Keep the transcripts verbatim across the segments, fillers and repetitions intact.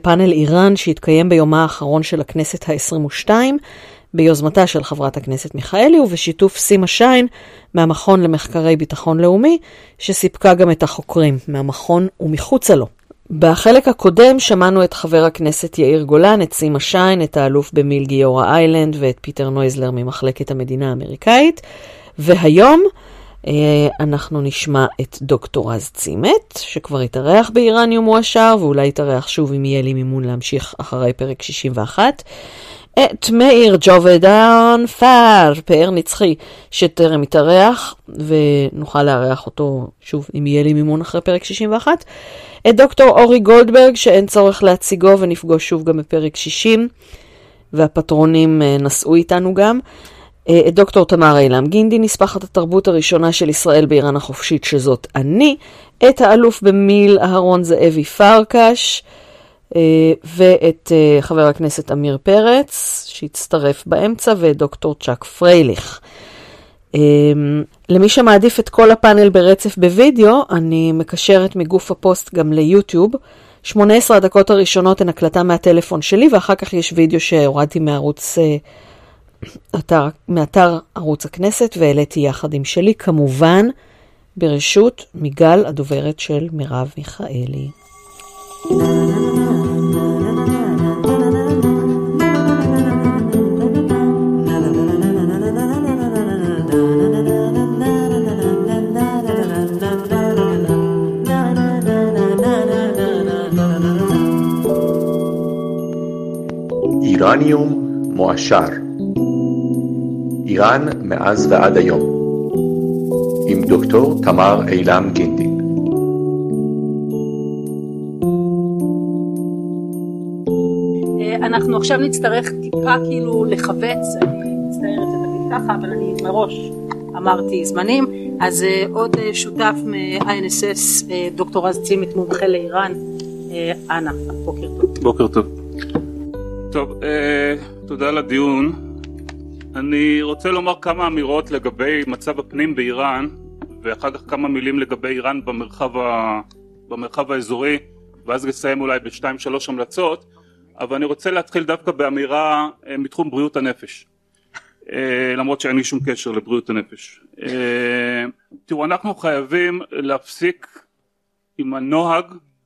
פאנל איראן שהתקיים ביומה האחרון של הכנסת ה-עשרים ושתיים, ביוזמתה של חברת הכנסת מיכאלי ובשיתוף סימה שיין מהמכון למחקרי ביטחון לאומי, שסיפקה גם את החוקרים מהמכון ומחוצה לו. בחלק הקודם שמענו את חבר הכנסת יאיר גולן, את סימה שיין, את האלוף במיל גיורא איילנד ואת פיטר נויזלר ממחלקת המדינה האמריקאית, והיום אנחנו נשמע את דוקטור רז צימת, שכבר התארח באיראניום מועשר, ואולי התארח שוב אם יהיה לי מימון להמשיך אחרי פרק שישים ואחת. את מאיר ג'ובדן פאר, פאר נצחי, שטרם התארח, ונוכל לארח אותו שוב אם יהיה לי מימון אחרי פרק שישים ואחת. את דוקטור אורי גולדברג, שאין צורך להציגו, ונפגוש שוב גם בפרק שישים, והפטרונים נסעו איתנו גם. את דוקטור תמר אילם גינדי, נספחת התרבות הראשונה של ישראל באיראן החופשית, שזאת אני. את האלוף במיל אהרון זאבי פרקש, ואת חבר הכנסת אמיר פרץ, שהצטרף באמצע, ואת דוקטור צ'אק פרייליך. למי שמעדיף את כל הפאנל ברצף בווידאו, אני מקשרת מגוף הפוסט גם ליוטיוב. שמונה עשרה הדקות הראשונות הן הקלטה מהטלפון שלי, ואחר כך יש וידאו שהורדתי מערוץ, אתר, מאתר ערוץ הכנסת, והעליתי יחד עם שלי, כמובן ברשות מיגל, הדוברת של מירב מיכאלי. איראניום מועשר, איראן מאז ועד היום, עם דוקטור תמר אילם גינדי. אנחנו עכשיו נצטרך טיפה כאילו לחבץ, אני מצטערת את הגיד ככה, אבל אני מראש אמרתי זמנים. אז עוד שותף מ-איי אן אס אס, דוקטור רז צימת, מומחה לאיראן. אנא, בוקר טוב. בוקר טוב. טוב, תודה על הדיון. אני רוצה לומר כמה אמירות לגבי מצב הפנים באיראן, ואחר כך כמה מילים לגבי איראן במרחב, ה... במרחב האזורי, ואז נסיים אולי בשתיים שלוש המלצות. אבל אני רוצה להתחיל דווקא באמירה מתחום בריאות הנפש, למרות שאין לי שום קשר לבריאות הנפש. תראו, אנחנו חייבים להפסיק עם הנוהג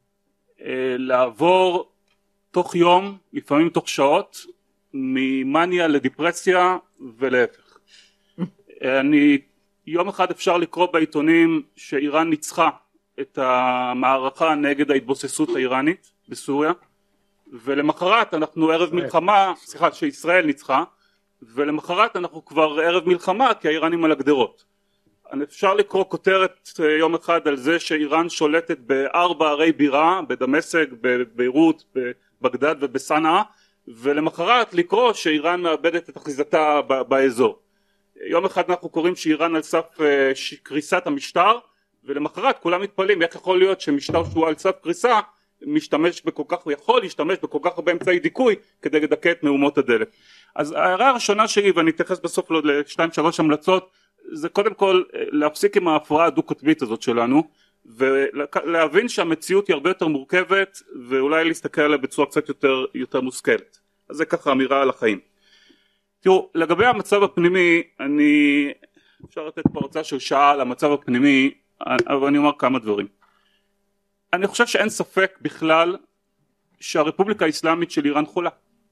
לעבור תוך יום, לפעמים תוך שעות, ממניה לדיפרסיה ולהפך. אני, יום אחד אפשר לקרוא בעיתונים שאיראן ניצחה את המערכה נגד ההתבוססות האיראנית בסוריה, ולמחרת אנחנו ערב מלחמה, סליחה, שישראל ניצחה, ולמחרת אנחנו כבר ערב מלחמה כי האיראנים על הגדרות. אפשר לקרוא כותרת יום אחד על זה שאיראן שולטת בארבע ערי בירה, בדמשק, בביירות, בבגדד ובסנעה, ולמחרת לקרוא שאיראן מאבדת את אחיזתה באזור. יום אחד אנחנו קוראים שאיראן על סף קריסת המשטר, ולמחרת כולם מתפלאים איך יכול להיות שמשטר שהוא על סף קריסה משתמש בכל כך, הוא יכול להשתמש בכל כך הרבה אמצעי דיכוי כדי לדכא את מהומות הדלק. אז ההערה הראשונה שלי, ואני אתייחס בסוף לשתיים שלוש המלצות, זה קודם כל להפסיק עם ההפרעה הדו-קוטבית הזאת שלנו, ולהבין שהמציאות היא הרבה יותר מורכבת, ואולי להסתכל עליה בצורה קצת יותר, יותר מושכלת. אז זה ככה אמירה על החיים. תראו, לגבי המצב הפנימי, אני אפשר לתת פה הרצאה של שעה על המצב הפנימי, אבל אני אומר כמה דברים. אני חושב שאין ספק בכלל שהרפובליקה האסלאמית של איראן חולה.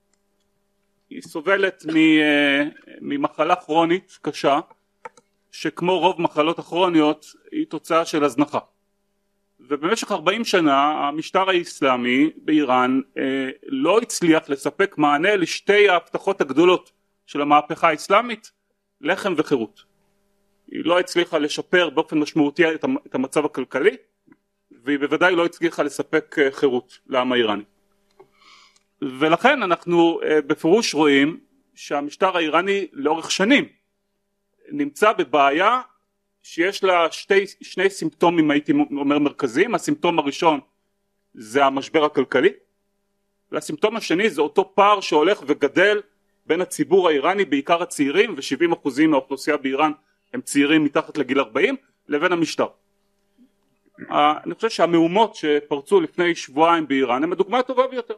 היא סובלת ממחלה כרונית קשה, שכמו רוב מחלות הכרוניות היא תוצאה של הזנחה. ובמשך ארבעים שנה המשטר האסלאמי באיראן לא הצליח לספק מענה לשתי ההבטחות הגדולות של המהפכה האסלאמית, לחם וחירות. היא לא הצליחה לשפר באופן משמעותי את המצב הכלכלי, והיא בוודאי לא הצליחה לספק חירות לעם האיראני. ולכן אנחנו בפירוש רואים שהמשטר האיראני לאורך שנים נמצא בבעיה שיש לה שתי, שני סימפטומים הייתי אומר מרכזיים. הסימפטום הראשון זה המשבר הכלכלי, והסימפטום השני זה אותו פער שהולך וגדל בין הציבור האיראני, בעיקר הצעירים, ו-שבעים אחוז מהאוכלוסייה באיראן הם צעירים מתחת לגיל ארבעים, לבין המשטר. אני חושב שהמהומות שפרצו לפני שבועיים באיראן הם הדוגמה הטובה ביותר.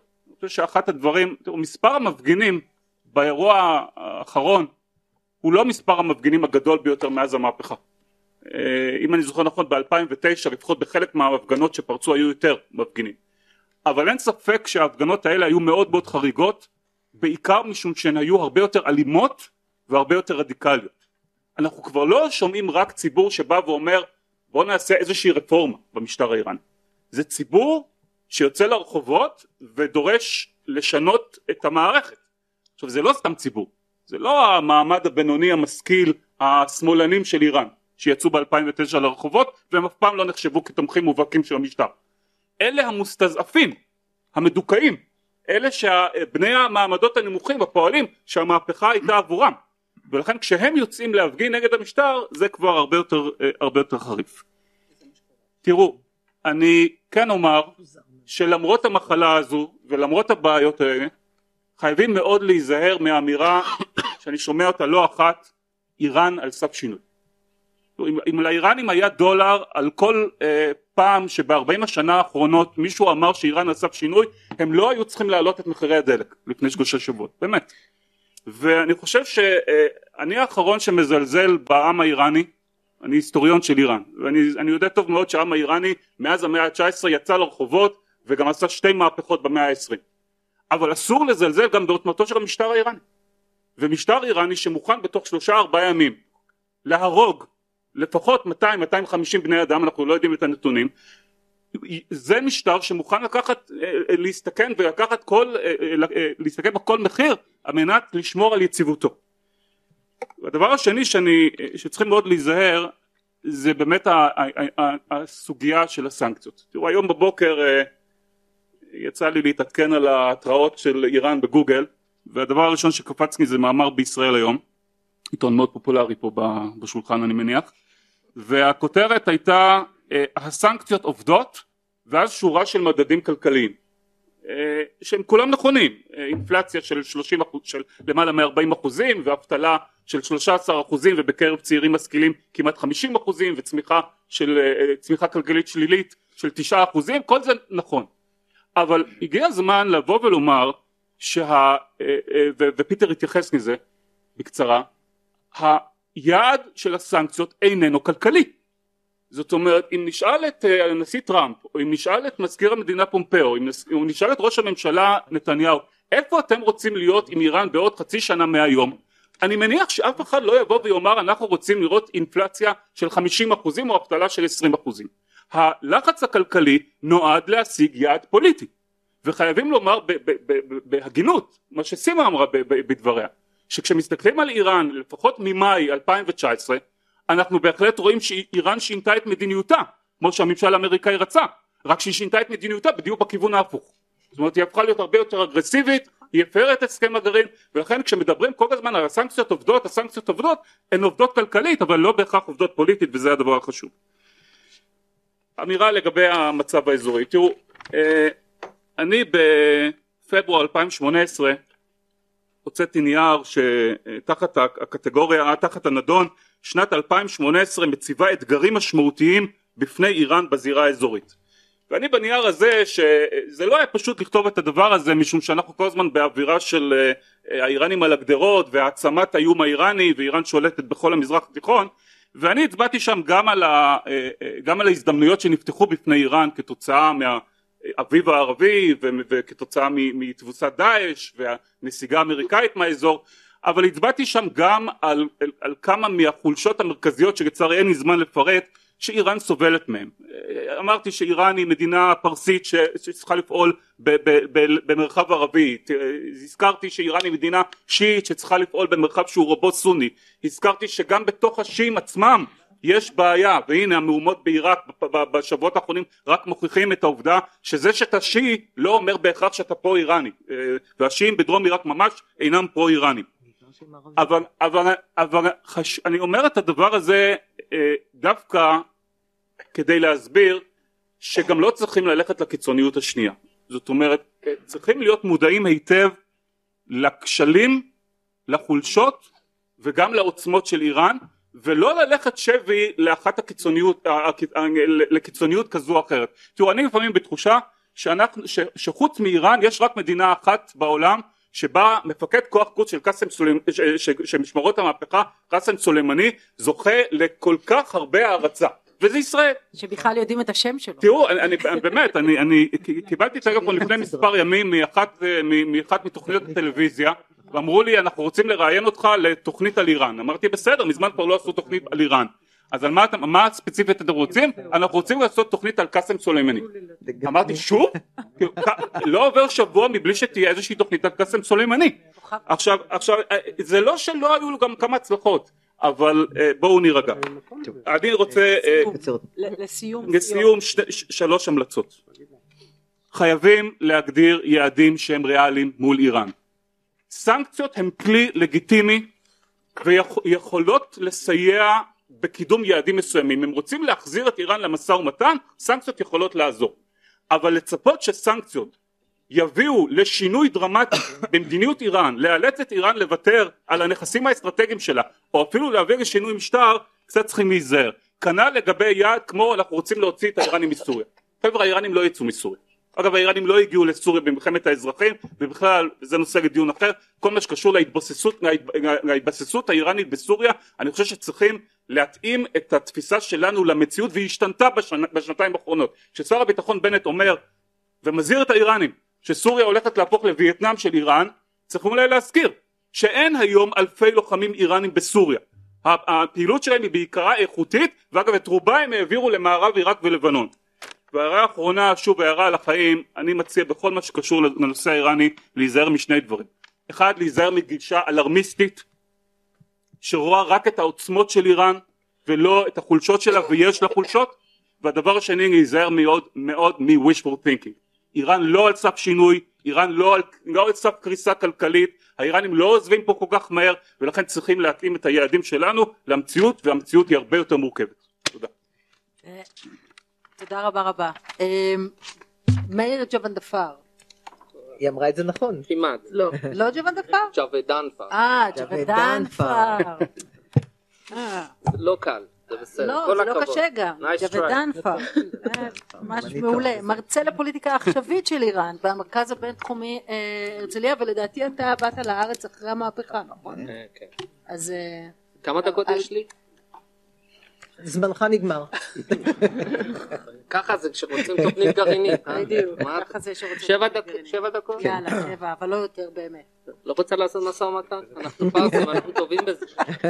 חושב שאחת הדברים, תראו, מספר המפגינים באירוע האחרון הוא לא מספר המפגינים הגדול ביותר מאז המהפכה. אם אני זוכר נכון, ב-אלפיים ותשע לפחות בחלק מההפגנות שפרצו היו יותר מפגינים, אבל אין ספק שההפגנות האלה היו מאוד מאוד חריגות, בעיקר משום שהן היו הרבה יותר אלימות והרבה יותר רדיקליות. אנחנו כבר לא שומעים רק ציבור שבא ואומר בוא נעשה איזושהי רפורמה במשטר האיראני. זה ציבור שיוצא לרחובות ודורש לשנות את המערכת. עכשיו זה לא סתם ציבור, זה לא המעמד הבינוני המשכיל השמאלנים של איראן שיצאו ב-אלפיים ותשע לרחובות והם אף פעם לא נחשבו כתומכים מובהקים של המשטר. אלה המוסתזעפים, המדוכאים, אלה שבני המעמדות הנמוכים, הפועלים, שהמהפכה הייתה עבורם, ולכן כשהם יוצאים להפגין נגד המשטר זה כבר הרבה יותר, הרבה יותר חריף. תראו, אני כן אומר שלמרות המחלה הזו ולמרות הבעיות האלה חייבים מאוד להיזהר מהאמירה שאני שומע אותה לא אחת, איראן על סף שינוי. אם, אם לאיראנים היה דולר על כל אה, פעם שבארבעים השנה האחרונות מישהו אמר שאיראן על סף שינוי, הם לא היו צריכים להעלות את מחירי הדלק לפני שלושה שבועות, באמת. ואני חושב שאני האחרון שמזלזל בעם האיראני, אני היסטוריון של איראן, ואני אני יודע טוב מאוד שהעם האיראני מאז המאה ה-תשע עשרה יצא לרחובות וגם עשה שתי מהפכות במאה ה-עשרים. אבל אסור לזלזל גם בעוצמתו של המשטר האיראני. ומשטר איראני שמוכן בתוך שלושה ארבעה ימים להרוג לפחות מאתיים מאתיים וחמישים בני אדם, אנחנו לא יודעים את הנתונים, זה משטר שמוכן לקחת, להסתכן ולקחת כל, להסתכן בכל מחיר על מנת לשמור על יציבותו. והדבר השני שאני, שצריכים מאוד להיזהר, זה באמת הסוגיה של הסנקציות. תראו, היום בבוקר יצא לי להתעדכן על ההתראות של איראן בגוגל, והדבר הראשון שקפצני זה מאמר בישראל היום, עיתון מאוד פופולרי פה בשולחן אני מניח, והכותרת הייתה הסנקציות עובדות, ואז שורה של מדדים כלכליים שהם כולם נכונים, אינפלציה של שלושים אחוז, של למעלה מ-ארבעים אחוזים, ואבטלה של שלושה עשר אחוזים, ובקרב צעירים משכילים כמעט חמישים אחוזים, וצמיחה של צמיחה כלכלית שלילית של תשעה אחוזים, כל זה נכון. אבל הגיע הזמן לבוא ולומר שה, ופיטר התייחס לזה בקצרה, היעד של הסנקציות איננו כלכלי. זאת אומרת, אם נשאל את הנשיא טראמפ, או אם נשאל את מזכיר המדינה פומפאו, אם נשאל את ראש הממשלה נתניהו, איפה אתם רוצים להיות עם איראן בעוד חצי שנה מהיום? אני מניח שאף אחד לא יבוא ויאמר אנחנו רוצים לראות אינפלציה של חמישים אחוזים או אבטלה של עשרים אחוזים. הלחץ הכלכלי נועד להשיג יעד פוליטי, וחייבים לומר בהגינות מה שסימה אמרה בדבריה, שכשמסתכלים על איראן לפחות ממאי אלפיים תשע עשרה, אנחנו בהחלט רואים שאיראן שינתה את מדיניותה כמו שהממשל האמריקאי רצה, רק שהיא שינתה את מדיניותה בדיוק בכיוון ההפוך. זאת אומרת, היא הפכה להיות הרבה יותר אגרסיבית, היא הפרה את הסכם הגרעין, ולכן כשמדברים כל הזמן על הסנקציות עובדות, הסנקציות עובדות, הן עובדות כלכלית אבל לא בהכרח עובדות פוליטית, וזה הדבר החשוב. אמירה לגבי המצב האזורי, תראו, אני בפברואר אלפיים שמונה עשרה הוצאתי נייר שתחת הקטגוריה, תחת הנדון, שנת אלפיים שמונה עשרה מציבה אתגרים משמעותיים בפני איראן בזירה האזורית. ואני בנייר הזה, שזה לא היה פשוט לכתוב את הדבר הזה, משום שאנחנו כל הזמן באווירה של האיראנים על הגדרות והעצמת האיום האיראני, ואיראן שולטת בכל המזרח התיכון, ואני הצבעתי שם גם על, ה, גם על ההזדמנויות שנפתחו בפני איראן כתוצאה מהאביב הערבי וכתוצאה מתבוסת דאעש והנסיגה האמריקאית מהאזור, אבל הצבעתי שם גם על, על, על כמה מהחולשות המרכזיות שלצערי אין לי זמן לפרט שאיראן סובלת מהם. אמרתי שאיראן היא מדינה פרסית שצריכה לפעול ב, ב, ב, במרחב ערבי, הזכרתי שאיראן היא מדינה שיעית שצריכה לפעול במרחב שהוא רובו סוני, הזכרתי שגם בתוך השיעים עצמם יש בעיה, והנה המהומות בעיראק בשבועות האחרונים רק מוכיחים את העובדה שזה שאתה שיעי לא אומר בהכרח שאתה פרו איראני, והשיעים בדרום עיראק ממש אינם פרו איראנים. אבל, אבל, אבל חש... אני אומר את הדבר הזה דווקא כדי להסביר שגם לא צריכים ללכת לקיצוניות השנייה. זאת אומרת, צריכים להיות מודעים היטב לכשלים, לחולשות וגם לעוצמות של איראן, ולא ללכת שבי לאחת הקיצוניות, לקיצוניות כזו או אחרת. תראו, אני לפעמים בתחושה שאנחנו, ש, שחוץ מאיראן יש רק מדינה אחת בעולם שבה מפקד כוח קודס של קאסם סולימני, של משמרות המהפכה, קאסם סולימני, זוכה לכל כך הרבה הערצה, וזה ישראל. שבכלל יודעים את השם שלו. תראו, אני, אני, באמת, אני, אני קיבלתי טלפון לפני מספר ימים מאחת, מאחת מתוכניות הטלוויזיה, ואמרו לי, אנחנו רוצים לראיין אותך לתוכנית על איראן. אמרתי, בסדר, מזמן כבר לא עשו תוכנית על איראן. אז על מה, מה ספציפית אתם רוצים? אנחנו רוצים לעשות תוכנית על קאסם סולימני. אמרתי, שוב? לא עובר שבוע מבלי שתהיה איזושהי תוכנית על קאסם סולימני. עכשיו, עכשיו, זה לא שלא היו לו גם כמה הצלחות, אבל בואו נירגע. אני רוצה, לסיום, לסיום שלוש המלצות. חייבים להגדיר יעדים שהם ריאליים מול איראן. סנקציות הם כלי לגיטימי ויכולות לסייע בקידום יעדים מסוימים. אם רוצים להחזיר את איראן למשא ומתן, סנקציות יכולות לעזור. אבל לצפות שסנקציות יביאו לשינוי דרמטי במדיניות איראן, לאלץ את איראן לוותר על הנכסים האסטרטגיים שלה, או אפילו להביא לשינוי משטר, קצת צריכים להיזהר. כנ"ל לגבי יעד כמו אנחנו רוצים להוציא את האיראנים מסוריה. חבר'ה, האיראנים לא יצאו מסוריה. אגב, האיראנים לא הגיעו לסוריה במלחמת האזרחים, ובכלל, זה נושא לדיון אחר, כל מה שקשור להתבססות, להתבססות האיראנית בסוריה, אני חושב שצריכים להתאים את התפיסה שלנו למציאות, והיא השתנתה בשנה, בשנתיים האחרונות. כששר הביטחון בנט אומר, ומזהיר את האיראנים, שסוריה הולכת להפוך לווייטנאם של איראן, צריכים אולי להזכיר, שאין היום אלפי לוחמים איראנים בסוריה. הפעילות שלהם היא בעיקרה איכותית, ואגב, את רובה הם העבירו למערב עיראק ולבנון. והערה האחרונה, שוב הערה על החיים, אני מציע בכל מה שקשור לנושא האיראני להיזהר משני דברים. אחד, להיזהר מגישה אלרמיסטית שרואה רק את העוצמות של איראן ולא את החולשות שלה, ויש לה חולשות. והדבר השני, להיזהר מאוד מאוד מ-wishful thinking. איראן לא על סף שינוי, איראן לא על, לא על סף קריסה כלכלית, האיראנים לא עוזבים פה כל כך מהר, ולכן צריכים להתאים את היעדים שלנו למציאות, והמציאות היא הרבה יותר מורכבת. תודה. תודה רבה רבה. מאיר ג'וונדפר. היא אמרה את זה נכון. כמעט. לא, לא ג'וונדפר? ג'וודנפר. אה, ג'וודנפר. לא קל, זה בסדר. לא, זה לא קשה גם. ג'וודנפר. ממש מעולה. מרצה לפוליטיקה העכשווית של איראן, במרכז הבינתחומי הרצליה, ולדעתי אתה באת לארץ אחרי המהפכה, נכון? כן. אז... כמה דקות יש לי? זמנך נגמר. ככה זה כשרוצים תוכנית גרעינית. בדיוק, ככה זה שרוצים. שבע דקות? שבע דקות? יאללה, שבע, אבל לא יותר באמת. לא רוצה לעשות משא ומתן? אנחנו פרסים, אנחנו טובים בזה.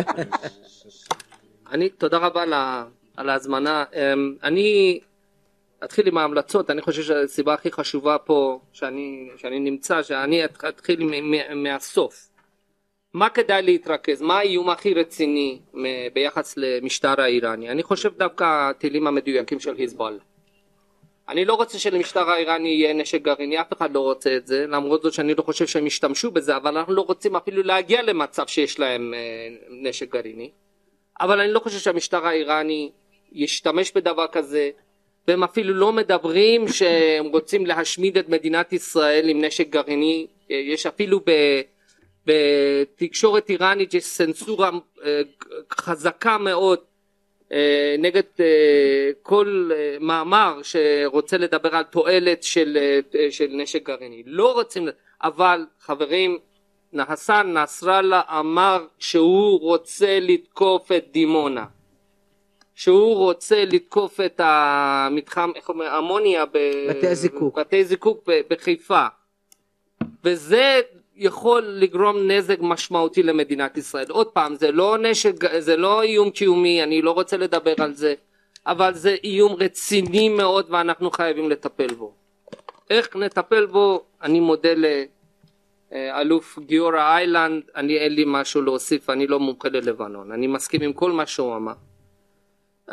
אני, תודה רבה על ההזמנה. אני אתחיל עם ההמלצות. אני חושב שהסיבה הכי חשובה פה שאני נמצא, שאני אתחיל מהסוף. מה כדאי להתרכז? מה האיום הכי רציני ביחס למשטר האיראני? אני חושב דווקא הטילים המדויקים של חיזבאללה. אני לא רוצה שלמשטר האיראני יהיה נשק גרעיני, אף אחד לא רוצה את זה, למרות זאת שאני לא חושב שהם ישתמשו בזה, אבל אנחנו לא רוצים אפילו להגיע למצב שיש להם נשק גרעיני. אבל אני לא חושב שהמשטר האיראני ישתמש בדבר כזה, והם אפילו לא מדברים שהם רוצים להשמיד את מדינת ישראל עם נשק גרעיני. יש אפילו ב... בתקשורת איראנית יש סנסורה חזקה מאוד נגד כל מאמר שרוצה לדבר על תועלת של, של נשק גרעיני. לא רוצים, אבל חברים, חסן נסראללה אמר שהוא רוצה לתקוף את דימונה, שהוא רוצה לתקוף את המתחם, איך אומרים, אמוניה, בתי זיקוק, בתי זיקוק בחיפה, וזה יכול לגרום נזק משמעותי למדינת ישראל. עוד פעם, זה לא נשק, זה לא איום קיומי, אני לא רוצה לדבר על זה, אבל זה איום רציני מאוד ואנחנו חייבים לטפל בו. איך נטפל בו? אני מודה לאלוף גיורא איילנד, אני אין לי משהו להוסיף, אני לא מומחה ללבנון, אני מסכים עם כל מה שהוא אמר. Um,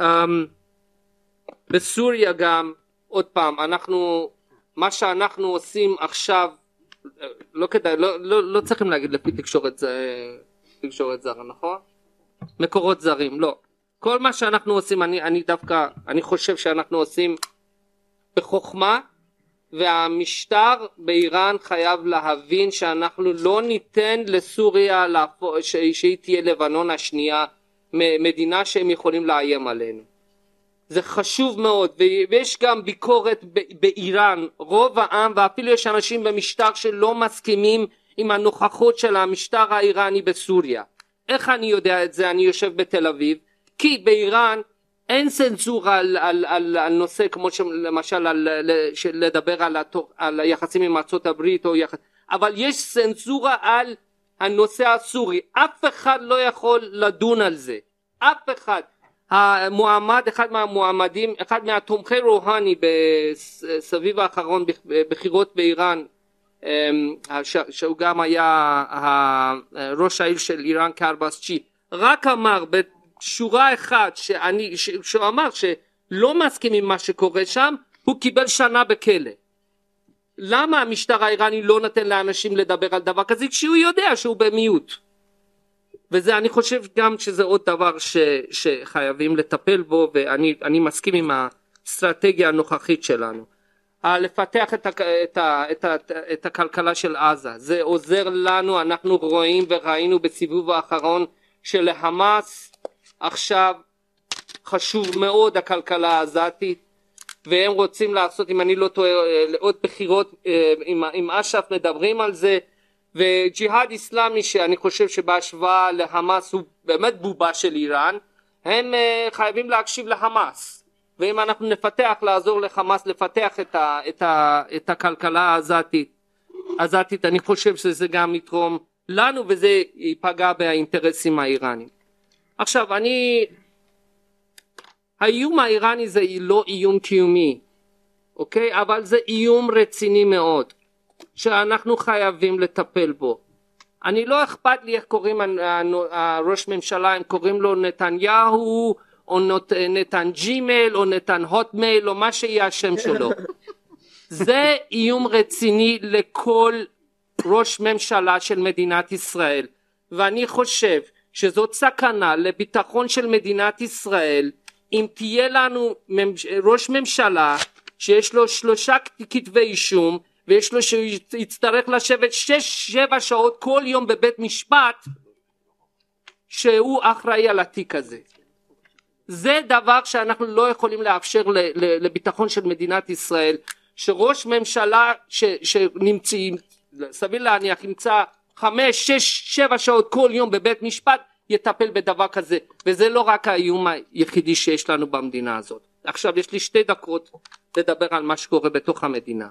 בסוריה גם, עוד פעם, אנחנו, מה שאנחנו עושים עכשיו, לא כדאי, לא, לא, לא צריכים להגיד לפי תקשורת, תקשורת זרה, נכון? מקורות זרים, לא. כל מה שאנחנו עושים, אני, אני דווקא, אני חושב שאנחנו עושים בחוכמה, והמשטר באיראן חייב להבין שאנחנו לא ניתן לסוריה להפוך, שהיא תהיה לבנון השנייה, מדינה שהם יכולים לאיים עלינו. זה חשוב מאוד, ויש גם ביקורת באיראן, רוב העם ואפילו יש אנשים במשטר שלא מסכימים עם הנוכחות של המשטר האיראני בסוריה. איך אני יודע את זה? אני יושב בתל אביב, כי באיראן אין צנזורה על, על, על, על נושא כמו למשל על, לדבר על, על היחסים עם ארצות הברית או יחס, אבל יש צנזורה על הנושא הסורי, אף אחד לא יכול לדון על זה, אף אחד. המועמד, אחד מהמועמדים, אחד מהתומכי רוהני בסביב האחרון בחירות באיראן, שהוא גם היה ראש העיר של איראן קרבסצ'י, רק אמר בשורה אחת שאני, שהוא אמר שלא מסכים עם מה שקורה שם, הוא קיבל שנה בכלא. למה המשטר האיראני לא נותן לאנשים לדבר על דבר כזה כשהוא יודע שהוא במיעוט? וזה אני חושב גם שזה עוד דבר ש, שחייבים לטפל בו, ואני אני מסכים עם האסטרטגיה הנוכחית שלנו. לפתח את, את, את, את, את הכלכלה של עזה, זה עוזר לנו, אנחנו רואים וראינו בסיבוב האחרון שלחמאס עכשיו חשוב מאוד הכלכלה העזתית, והם רוצים לעשות, אם אני לא טועה, לעוד בחירות עם, עם אש"ף מדברים על זה, וג'יהאד איסלאמי שאני חושב שבהשוואה לחמאס הוא באמת בובה של איראן, הם חייבים להקשיב לחמאס, ואם אנחנו נפתח, לעזור לחמאס לפתח את, ה, את, ה, את הכלכלה העזתית, עזתית, אני חושב שזה גם יתרום לנו וזה ייפגע באינטרסים האיראנים. עכשיו אני, האיום האיראני זה לא איום קיומי, אוקיי? אבל זה איום רציני מאוד, שאנחנו חייבים לטפל בו. אני לא אכפת לי איך קוראים הראש ממשלה, הם קוראים לו נתניהו או נתן ג'ימל או נתן הוטמייל או מה שיהיה השם שלו. זה איום רציני לכל ראש ממשלה של מדינת ישראל, ואני חושב שזאת סכנה לביטחון של מדינת ישראל אם תהיה לנו ראש ממשלה שיש לו שלושה כתבי אישום ויש לו שיצטרך לשבת שש שבע שעות כל יום בבית משפט שהוא אחראי על התיק הזה. זה דבר שאנחנו לא יכולים לאפשר לביטחון של מדינת ישראל, שראש ממשלה שנמצאים, סביר להניח, ימצא חמש, שש, שבע שעות כל יום בבית משפט יטפל בדבר כזה, וזה לא רק האיום היחידי שיש לנו במדינה הזאת. עכשיו יש לי שתי דקות לדבר על מה שקורה בתוך המדינה.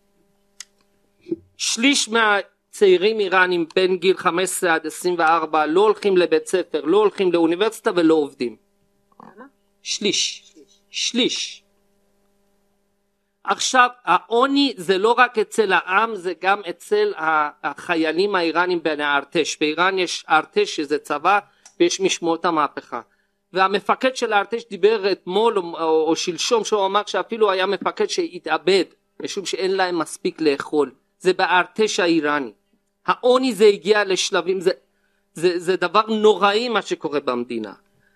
שליש מהצעירים איראנים בין גיל חמש עשרה עד עשרים וארבע לא הולכים לבית ספר, לא הולכים לאוניברסיטה ולא עובדים. שליש. שליש. עכשיו העוני זה לא רק אצל העם, זה גם אצל החיילים האיראנים בין הארטש. באיראן יש ארטש שזה צבא ויש משמעות המהפכה, והמפקד של הארטש דיבר אתמול או, או, או שלשום שהוא אמר שאפילו היה מפקד שהתאבד משום שאין להם מספיק לאכול. זה בארטש האיראני. העוני זה הגיע לשלבים, זה, זה, זה דבר נוראי מה שקורה במדינה.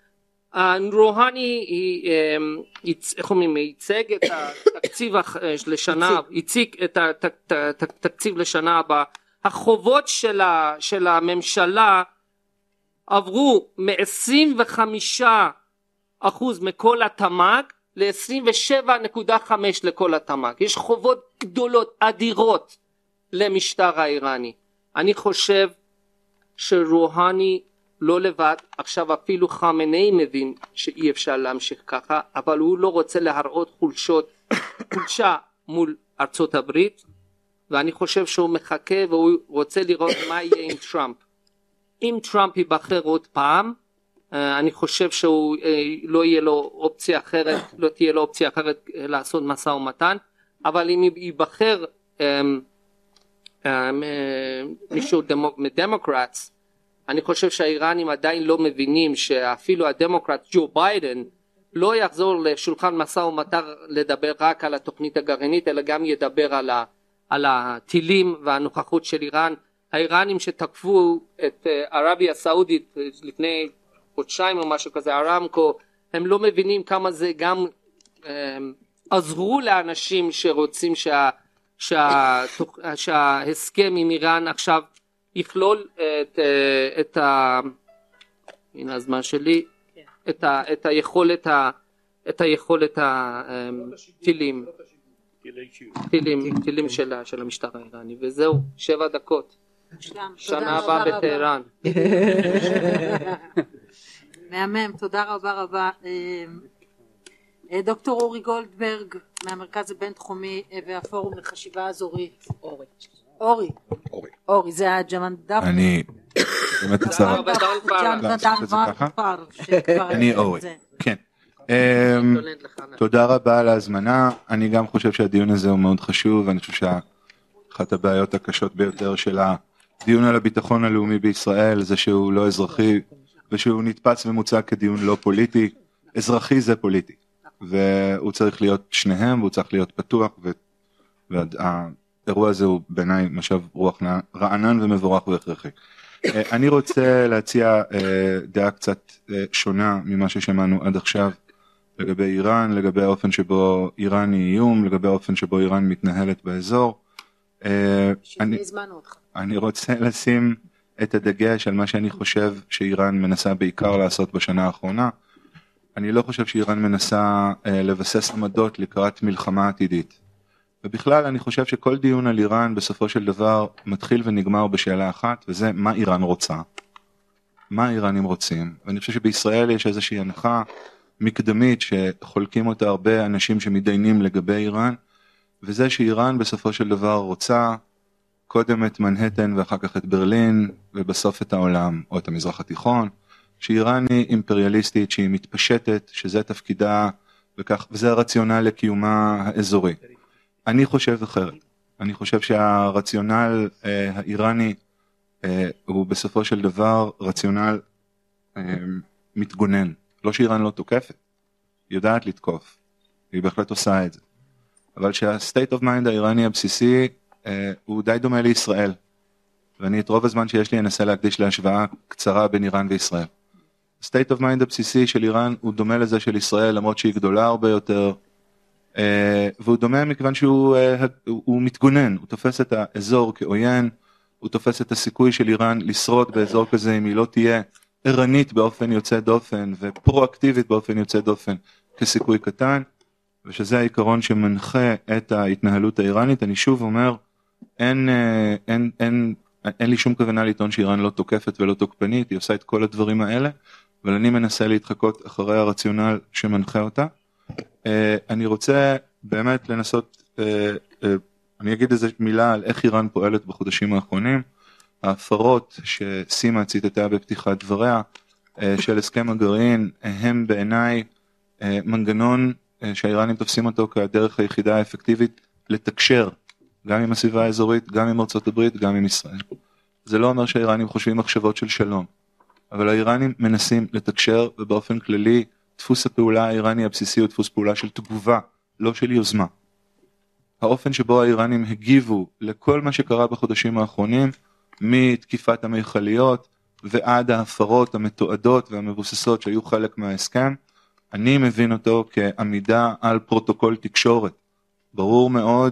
רוהני איך אומרים, ייצג את התקציב לשנה, הציג את התקציב לשנה הבאה. החובות של הממשלה עברו מ-עשרים וחמישה אחוז מכל התמ"ג ל-עשרים ושבע נקודה חמש לכל התמ"ג. יש חובות גדולות, אדירות למשטר האיראני. אני חושב שרוהני לא לבד, עכשיו אפילו חמינאי מבין שאי אפשר להמשיך ככה, אבל הוא לא רוצה להראות חולשות, חולשה מול ארצות הברית, ואני חושב שהוא מחכה והוא רוצה לראות מה יהיה עם טראמפ. אם טראמפ ייבחר עוד פעם, אני חושב שהוא לא יהיה לו אופציה אחרת, לא תהיה לו אופציה אחרת לעשות משא ומתן, אבל אם ייבחר מישהו מדמוקרטס, אני חושב שהאיראנים עדיין לא מבינים שאפילו הדמוקרט ג'ו ביידן לא יחזור לשולחן משא ומתן לדבר רק על התוכנית הגרעינית, אלא גם ידבר על, ה, על הטילים והנוכחות של איראן. האיראנים שתקפו את ערבייה סעודית לפני חודשיים או משהו כזה, ארמקו, הם לא מבינים כמה זה גם הם, עזרו לאנשים שרוצים שה, שה, שההסכם עם איראן עכשיו יכלול את, את ה... הנה הזמן שלי, את, ה, את היכולת את היכולת הטילים, טילים, טילים של של המשטר האיראני. וזהו, שבע דקות. שנה הבאה בטהרן. מהמם, תודה רבה רבה. דוקטור אורי גולדברג מהמרכז הבינתחומי והפורום לחשיבה אזורית. אורי. אורי. אורי. אורי, זה הג'מנדף. אני באמת קצר. אני אורי. כן. תודה רבה על ההזמנה. אני גם חושב שהדיון הזה הוא מאוד חשוב, ואני חושב שאחת הבעיות הקשות ביותר של הדיון על הביטחון הלאומי בישראל זה שהוא לא אזרחי, ושהוא נתפס ומוצג כדיון לא פוליטי. אזרחי זה פוליטי, והוא צריך להיות שניהם, והוא צריך להיות פתוח, והאירוע הזה הוא בעיניי משב רוח רענן ומבורך והכרחי. אני רוצה להציע דעה קצת שונה ממה ששמענו עד עכשיו, לגבי איראן, לגבי האופן שבו איראן היא איום, לגבי האופן שבו איראן מתנהלת באזור. אני, אני רוצה לשים את הדגש על מה שאני חושב שאיראן מנסה בעיקר לעשות בשנה האחרונה. אני לא חושב שאיראן מנסה לבסס עמדות לקראת מלחמה עתידית. ובכלל אני חושב שכל דיון על איראן בסופו של דבר מתחיל ונגמר בשאלה אחת, וזה מה איראן רוצה. מה האיראנים רוצים. ואני חושב שבישראל יש איזושהי הנחה מקדמית שחולקים אותה הרבה אנשים שמתדיינים לגבי איראן, וזה שאיראן בסופו של דבר רוצה קודם את מנהטן ואחר כך את ברלין ובסוף את העולם או את המזרח התיכון, שאיראן היא אימפריאליסטית, שהיא מתפשטת, שזה תפקידה וכך, וזה הרציונל לקיומה האזורי. אני חושב אחרת. אני חושב שהרציונל אה, האיראני אה, הוא בסופו של דבר רציונל אה, מתגונן. לא שאיראן לא תוקפת, היא יודעת לתקוף, היא בהחלט עושה את זה. אבל שה-state of mind האיראני הבסיסי אה, הוא די דומה לישראל. ואני את רוב הזמן שיש לי אנסה להקדיש להשוואה קצרה בין איראן וישראל. ה-state of mind הבסיסי של איראן הוא דומה לזה של ישראל, למרות שהיא גדולה הרבה יותר, אה, והוא דומה מכיוון שהוא אה, הוא, הוא מתגונן, הוא תופס את האזור כעוין, הוא תופס את הסיכוי של איראן לשרוד באזור כזה אם היא לא תהיה ערנית באופן יוצא דופן ופרואקטיבית באופן יוצא דופן כסיכוי קטן, ושזה העיקרון שמנחה את ההתנהלות האיראנית. אני שוב אומר, אין, אין, אין, אין, אין לי שום כוונה לטעון שאיראן לא תוקפת ולא תוקפנית, היא עושה את כל הדברים האלה, אבל אני מנסה להתחקות אחרי הרציונל שמנחה אותה. אני רוצה באמת לנסות, אני אגיד איזה מילה על איך איראן פועלת בחודשים האחרונים. ההפרות שסימה ציטטה בפתיחת דבריה של הסכם הגרעין הם בעיניי מנגנון שהאיראנים תופסים אותו כדרך היחידה האפקטיבית לתקשר גם עם הסביבה האזורית, גם עם ארצות הברית, גם עם ישראל. זה לא אומר שהאיראנים חושבים מחשבות של שלום, אבל האיראנים מנסים לתקשר, ובאופן כללי דפוס הפעולה האיראני הבסיסי הוא דפוס פעולה של תגובה, לא של יוזמה. האופן שבו האיראנים הגיבו לכל מה שקרה בחודשים האחרונים, מתקיפת המחליות ועד ההפרות המתועדות והמבוססות שהיו חלק מההסכם, אני מבין אותו כעמידה על פרוטוקול תקשורת, ברור מאוד,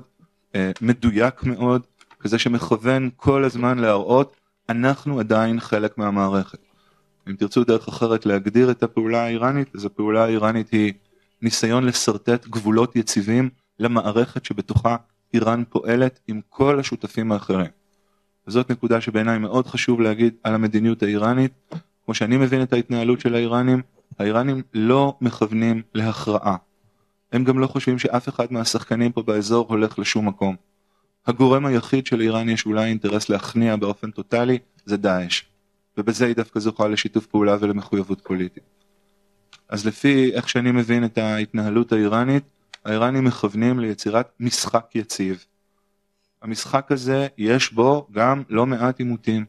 מדויק מאוד, כזה שמכוון כל הזמן להראות, אנחנו עדיין חלק מהמערכת. אם תרצו דרך אחרת להגדיר את הפעולה האיראנית, אז הפעולה האיראנית היא ניסיון לסרטט גבולות יציבים למערכת שבתוכה איראן פועלת עם כל השותפים האחרים. וזאת נקודה שבעיניי מאוד חשוב להגיד על המדיניות האיראנית. כמו שאני מבין את ההתנהלות של האיראנים, האיראנים לא מכוונים להכרעה. הם גם לא חושבים שאף אחד מהשחקנים פה באזור הולך לשום מקום. הגורם היחיד של איראן יש אולי אינטרס להכניע באופן טוטלי, זה דאעש. ובזה היא דווקא זוכה לשיתוף פעולה ולמחויבות פוליטית. אז לפי איך שאני מבין את ההתנהלות האיראנית, האיראנים מכוונים ליצירת משחק יציב. המשחק הזה יש בו גם לא מעט עימותים.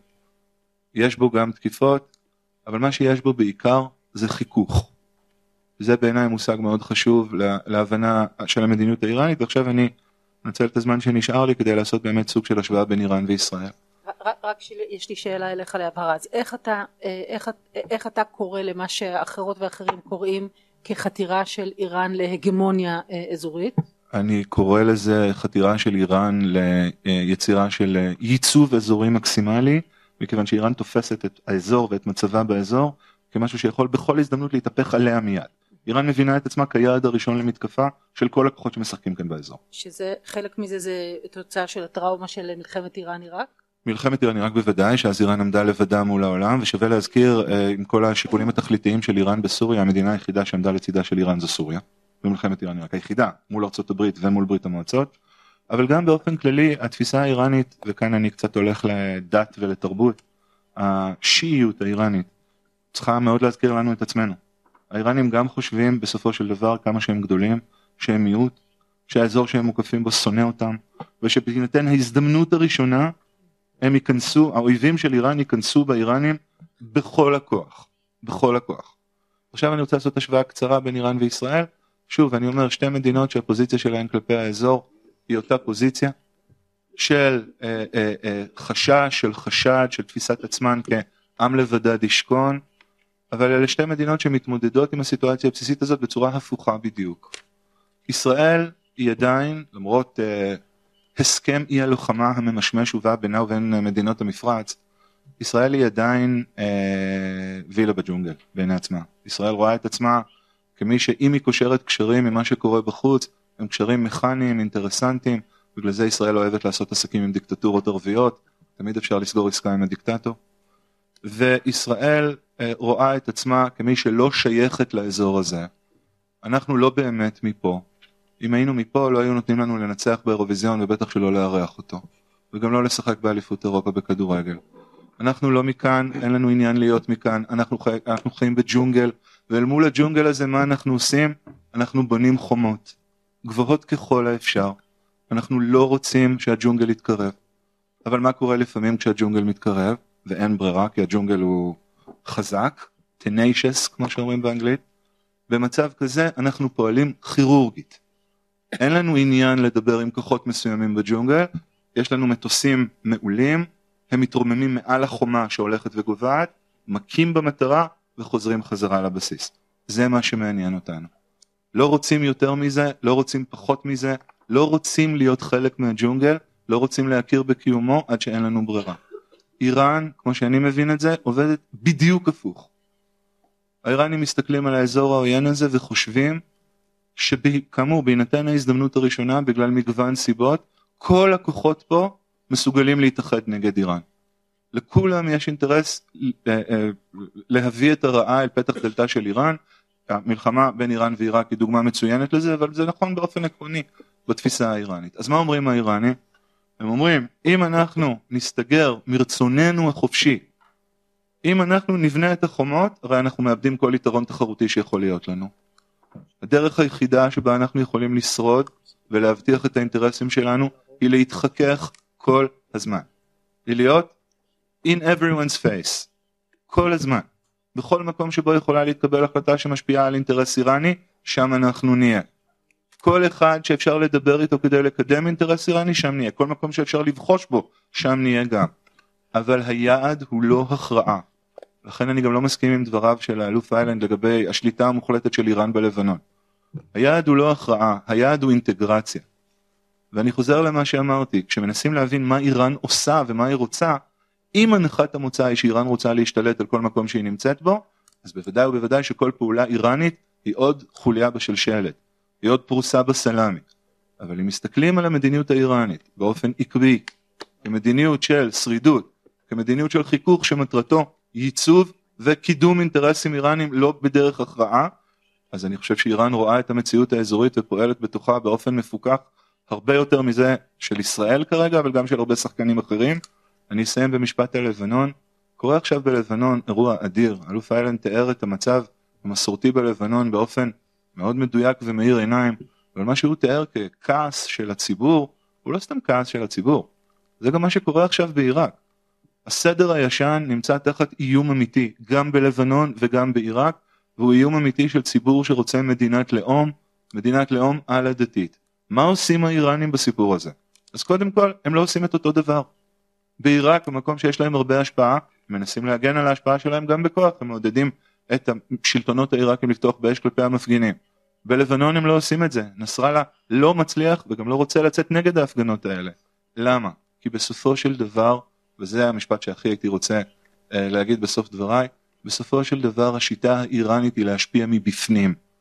יש בו גם תקיפות, אבל מה שיש בו בעיקר זה חיכוך. זה בעיניי מושג מאוד חשוב להבנה של המדיניות האיראנית, ועכשיו אני נצל את הזמן שנשאר לי כדי לעשות באמת סוג של השוואה בין איראן וישראל. רק, רק יש לי שאלה אליך להבהרה, אז איך אתה, איך, איך אתה קורא למה שאחרות ואחרים קוראים כחתירה של איראן להגמוניה אזורית? אני קורא לזה חתירה של איראן ליצירה של ייצוב אזורי מקסימלי, מכיוון שאיראן תופסת את האזור ואת מצבה באזור כמשהו שיכול בכל הזדמנות להתהפך עליה מיד. איראן מבינה את עצמה כיעד הראשון למתקפה של כל הכוחות שמשחקים כאן באזור. שזה, חלק מזה זה תוצאה של הטראומה של מלחמת איראן-עיראק? מלחמת איראן-עיראק בוודאי, שאז איראן עמדה לבדה מול העולם, ושווה להזכיר, עם כל השיקולים התכליתיים של איראן בסוריה, המדינה היחידה שעמדה לצידה של איראן זו סוריה, במלחמת איראן-עיראק היחידה, מול ארצות הברית ומול ברית המועצות, אבל גם באופן כללי, התפיסה האיראנית, וכאן אני קצת הולך לדת ולתרבות, השיעיות האיראנית, צריכה מאוד להזכיר לנו את עצמנו. האיראנים גם חושבים בסופו של דבר כמה שהם גדולים, שהם מיעוט, שהאזור שהם מוקפים בו שונא אותם, ושבהינתן ההזדמנות הראשונה, הם ייכנסו, האויבים של איראן ייכנסו באיראנים בכל הכוח, בכל הכוח. עכשיו אני רוצה לעשות השוואה קצרה בין איראן וישראל, שוב אני אומר שתי מדינות שהפוזיציה שלהן כלפי האזור היא אותה פוזיציה, של אה, אה, אה, חשש, של חשד, של תפיסת עצמן כעם לבדד ישכון, אבל אלה שתי מדינות שמתמודדות עם הסיטואציה הבסיסית הזאת בצורה הפוכה בדיוק. ישראל היא עדיין, למרות אה, הסכם אי הלוחמה הממשמש ובא בינה ובין מדינות המפרץ, ישראל היא עדיין אה, וילה בג'ונגל בעיני עצמה. ישראל רואה את עצמה כמי שאם היא קושרת קשרים ממה שקורה בחוץ, הם קשרים מכניים, אינטרסנטיים, בגלל זה ישראל אוהבת לעשות עסקים עם דיקטטורות ערביות, תמיד אפשר לסגור עסקה עם הדיקטטור, וישראל אה, רואה את עצמה כמי שלא שייכת לאזור הזה. אנחנו לא באמת מפה. אם היינו מפה לא היו נותנים לנו לנצח באירוויזיון ובטח שלא לארח אותו, וגם לא לשחק באליפות אירופה בכדורגל. אנחנו לא מכאן, אין לנו עניין להיות מכאן, אנחנו, חי, אנחנו חיים בג'ונגל, ואל מול הג'ונגל הזה מה אנחנו עושים? אנחנו בונים חומות, גבוהות ככל האפשר. אנחנו לא רוצים שהג'ונגל יתקרב, אבל מה קורה לפעמים כשהג'ונגל מתקרב, ואין ברירה כי הג'ונגל הוא חזק, tenacious כמו שאומרים באנגלית, במצב כזה אנחנו פועלים כירורגית. אין לנו עניין לדבר עם כוחות מסוימים בג'ונגל, יש לנו מטוסים מעולים, הם מתרוממים מעל החומה שהולכת וגובעת, מכים במטרה וחוזרים חזרה לבסיס. זה מה שמעניין אותנו. לא רוצים יותר מזה, לא רוצים פחות מזה, לא רוצים להיות חלק מהג'ונגל, לא רוצים להכיר בקיומו עד שאין לנו ברירה. איראן, כמו שאני מבין את זה, עובדת בדיוק הפוך. האיראנים מסתכלים על האזור העוין הזה וחושבים שכאמור בהינתן ההזדמנות הראשונה בגלל מגוון סיבות, כל הכוחות פה מסוגלים להתאחד נגד איראן. לכולם יש אינטרס להביא את הרעה אל פתח דלתה של איראן, המלחמה בין איראן ועיראק היא דוגמה מצוינת לזה, אבל זה נכון באופן עקרוני בתפיסה האיראנית. אז מה אומרים האיראנים? הם אומרים, אם אנחנו נסתגר מרצוננו החופשי, אם אנחנו נבנה את החומות, הרי אנחנו מאבדים כל יתרון תחרותי שיכול להיות לנו. הדרך היחידה שבה אנחנו יכולים לשרוד ולהבטיח את האינטרסים שלנו, היא להתחכך כל הזמן. היא להיות in everyone's face, כל הזמן. בכל מקום שבו יכולה להתקבל החלטה שמשפיעה על אינטרס איראני, שם אנחנו נהיה. כל אחד שאפשר לדבר איתו כדי לקדם אינטרס איראני, שם נהיה. כל מקום שאפשר לבחוש בו, שם נהיה גם. אבל היעד הוא לא הכרעה. לכן אני גם לא מסכים עם דבריו של האלוף איילנד לגבי השליטה המוחלטת של איראן בלבנון. היעד הוא לא הכרעה, היעד הוא אינטגרציה. ואני חוזר למה שאמרתי, כשמנסים להבין מה איראן עושה ומה היא רוצה, אם הנחת המוצא היא שאיראן רוצה להשתלט על כל מקום שהיא נמצאת בו, אז בוודאי ובוודאי שכל פעולה איראנית היא עוד חוליה בשלשלת, היא עוד פרוסה בסלמי. אבל אם מסתכלים על המדיניות האיראנית באופן עקבי, כמדיניות של שרידות, כמדיניות של חיכוך שמטרתו ייצוב וקידום אינטרסים איראנים לא בדרך הכרעה, אז אני חושב שאיראן רואה את המציאות האזורית ופועלת בתוכה באופן מפוקח, הרבה יותר מזה של ישראל כרגע, אבל גם של הרבה שחקנים אחרים. אני אסיים במשפט על לבנון. קורה עכשיו בלבנון אירוע אדיר. אלוף איילנד תיאר את המצב המסורתי בלבנון באופן מאוד מדויק ומאיר עיניים, אבל מה שהוא תיאר ככעס של הציבור, הוא לא סתם כעס של הציבור. זה גם מה שקורה עכשיו בעיראק. הסדר הישן נמצא תחת איום אמיתי, גם בלבנון וגם בעיראק, והוא איום אמיתי של ציבור שרוצה מדינת לאום, מדינת לאום על הדתית. מה עושים האיראנים בסיפור הזה? אז קודם כל, הם לא עושים את אותו דבר. בעיראק, במקום שיש להם הרבה השפעה, הם מנסים להגן על ההשפעה שלהם גם בכוח, הם מעודדים את השלטונות העיראקים לפתוח באש כלפי המפגינים. בלבנון הם לא עושים את זה. נסראללה לא מצליח וגם לא רוצה לצאת נגד ההפגנות האלה. למה? כי בסופו של דבר, וזה המשפט שהכי הייתי רוצה אה, להגיד בסוף דבריי, בסופו של דבר השיטה האיראנית היא להשפיע מבפנים.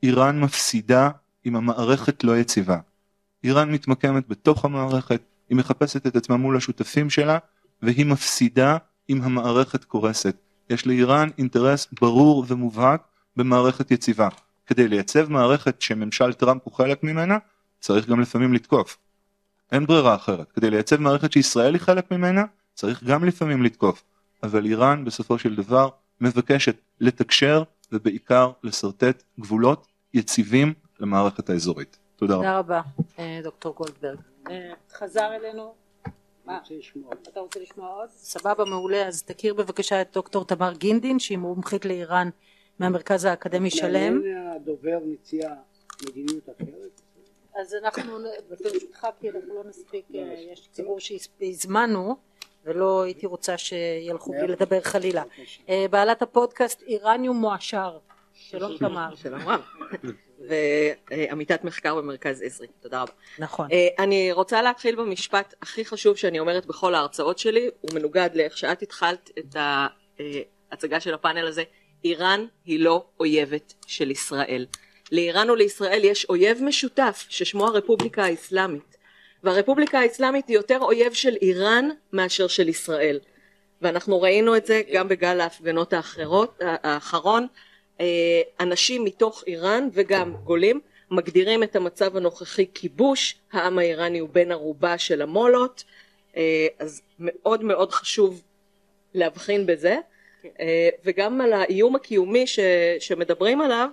איראן מפסידה אם המערכת לא יציבה. איראן מתמקמת בתוך המערכת, היא מחפשת את עצמה מול השותפים שלה, והיא מפסידה אם המערכת קורסת. יש לאיראן אינטרס ברור ומובהק במערכת יציבה. כדי לייצב מערכת שממשל טראמפ הוא חלק ממנה, צריך גם לפעמים לתקוף. אין ברירה אחרת. כדי לייצב מערכת שישראל היא חלק ממנה, צריך גם לפעמים לתקוף. אבל איראן בסופו של דבר מבקשת לתקשר ובעיקר לסרטט גבולות יציבים למערכת האזורית. תודה רבה. תודה רבה, דוקטור גולדברג. חזר אלינו. מה? אתה רוצה לשמוע עוד? סבבה, מעולה. אז תכיר בבקשה את דוקטור תמר גינדין, שהיא מומחית לאיראן מהמרכז האקדמי שלם. הדובר מציע מדיניות אחרת. אז אנחנו, ברשותך, כי אנחנו לא נספיק, יש ציבור שהזמנו, ולא הייתי רוצה שילכו בלי לדבר חלילה. בעלת הפודקאסט איראניום מועשר. שלום תמר. שלום רב. ועמיתת מחקר במרכז עזרי. תודה רבה. נכון. אני רוצה להתחיל במשפט הכי חשוב שאני אומרת בכל ההרצאות שלי, הוא מנוגד לאיך שאת התחלת את ההצגה של הפאנל הזה. איראן היא לא אויבת של ישראל. לאיראן ולישראל יש אויב משותף ששמו הרפובליקה האסלאמית. והרפובליקה האסלאמית היא יותר אויב של איראן מאשר של ישראל. ואנחנו ראינו את זה גם בגל ההפגנות האחרות, האחרון. אנשים מתוך איראן וגם גולים מגדירים את המצב הנוכחי כיבוש, העם האיראני הוא בן ערובה של המולות, אז מאוד מאוד חשוב להבחין בזה, וגם על האיום הקיומי ש, שמדברים עליו,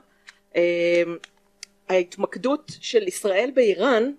ההתמקדות של ישראל באיראן,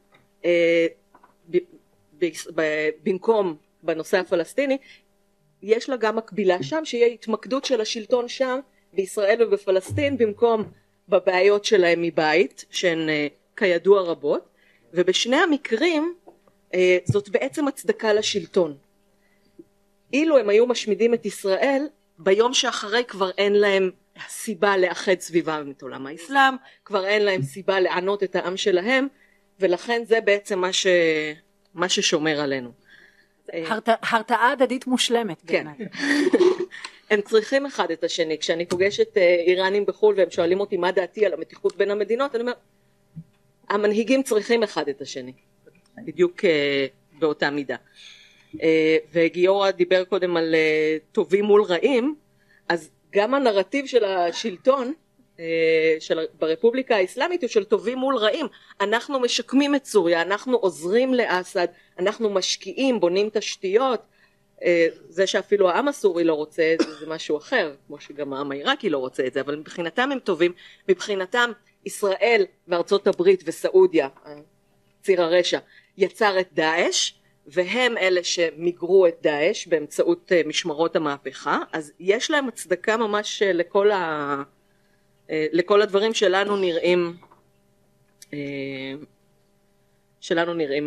במקום בנושא הפלסטיני, יש לה גם מקבילה שם, שיהיה התמקדות של השלטון שם, בישראל ובפלסטין, במקום בבעיות שלהם מבית, שהן כידוע רבות, ובשני המקרים זאת בעצם הצדקה לשלטון. אילו הם היו משמידים את ישראל, ביום שאחרי כבר אין להם סיבה לאחד סביבם את עולם האסלאם, כבר אין להם סיבה לענות את העם שלהם, ולכן זה בעצם מה, ש... מה ששומר עלינו. הרתעה הדדית מושלמת. כן. הם צריכים אחד את השני. כשאני פוגשת איראנים בחול והם שואלים אותי מה דעתי על המתיחות בין המדינות, אני אומר, המנהיגים צריכים אחד את השני. בדיוק באותה מידה. וגיורא דיבר קודם על טובים מול רעים, אז גם הנרטיב של השלטון של ברפובליקה האסלאמית הוא של טובים מול רעים. אנחנו משקמים את סוריה, אנחנו עוזרים לאסד, אנחנו משקיעים, בונים תשתיות. זה שאפילו העם הסורי לא רוצה את זה, זה משהו אחר, כמו שגם העם העיראקי לא רוצה את זה, אבל מבחינתם הם טובים. מבחינתם ישראל וארצות הברית וסעודיה, ציר הרשע, יצר את דאעש, והם אלה שמיגרו את דאעש באמצעות משמרות המהפכה, אז יש להם הצדקה ממש לכל, ה... לכל הדברים שלנו נראים, שלנו נראים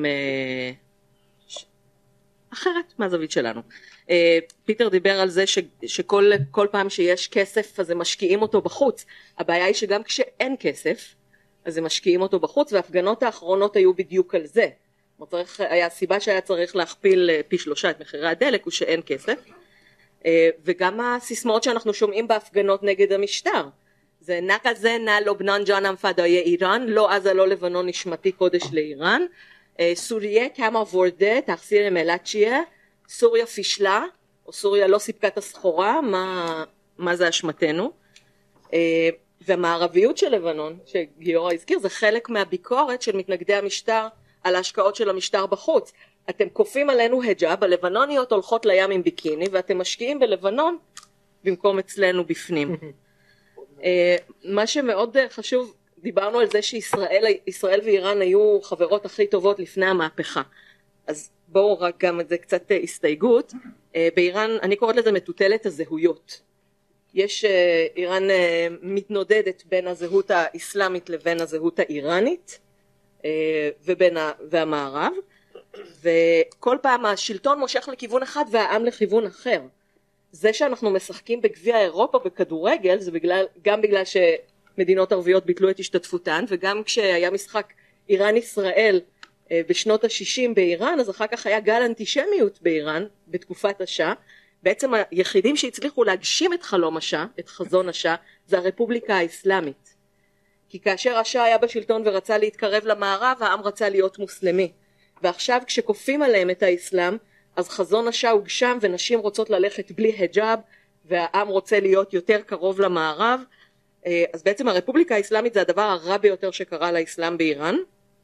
אחרת מהזווית שלנו. פיטר דיבר על זה ש, שכל כל פעם שיש כסף אז הם משקיעים אותו בחוץ. הבעיה היא שגם כשאין כסף אז הם משקיעים אותו בחוץ, וההפגנות האחרונות היו בדיוק על זה. צריך, היה הסיבה שהיה צריך להכפיל פי שלושה את מחירי הדלק הוא שאין כסף. וגם הסיסמאות שאנחנו שומעים בהפגנות נגד המשטר. זה נא כזה נא לובנן ג'אנם פדאי איראן, לא עזה לא לבנון נשמתי קודש לאיראן. סוריה כמה וורדה תחסיר מלאצ'יה, סוריה פישלה או סוריה לא סיפקה את הסחורה, מה, מה זה אשמתנו. והמערביות של לבנון שגיורא הזכיר זה חלק מהביקורת של מתנגדי המשטר על ההשקעות של המשטר בחוץ. אתם כופים עלינו היג'אב, הלבנוניות הולכות לים עם ביקיני ואתם משקיעים בלבנון במקום אצלנו בפנים. מה שמאוד חשוב, דיברנו על זה שישראל ישראל ואיראן היו חברות הכי טובות לפני המהפכה, אז בואו רק גם את זה קצת הסתייגות. באיראן אני קוראת לזה מטוטלת הזהויות. יש איראן מתנודדת בין הזהות האסלאמית לבין הזהות האיראנית ובין והמערב, וכל פעם השלטון מושך לכיוון אחד והעם לכיוון אחר. זה שאנחנו משחקים בגביע אירופה בכדורגל זה בגלל, גם בגלל שמדינות ערביות ביטלו את השתתפותן, וגם כשהיה משחק איראן ישראל בשנות ה-שישים באיראן, אז אחר כך היה גל אנטישמיות באיראן בתקופת השאה. בעצם היחידים שהצליחו להגשים את חלום השאה, את חזון השאה, זה הרפובליקה האסלאמית. כי כאשר השאה היה בשלטון ורצה להתקרב למערב, העם רצה להיות מוסלמי. ועכשיו כשכופים עליהם את האסלאם, אז חזון השאה הוגשם ונשים רוצות ללכת בלי היג'אב, והעם רוצה להיות יותר קרוב למערב. אז בעצם הרפובליקה האסלאמית זה הדבר הרע ביותר שקרה לאסלאם באיראן.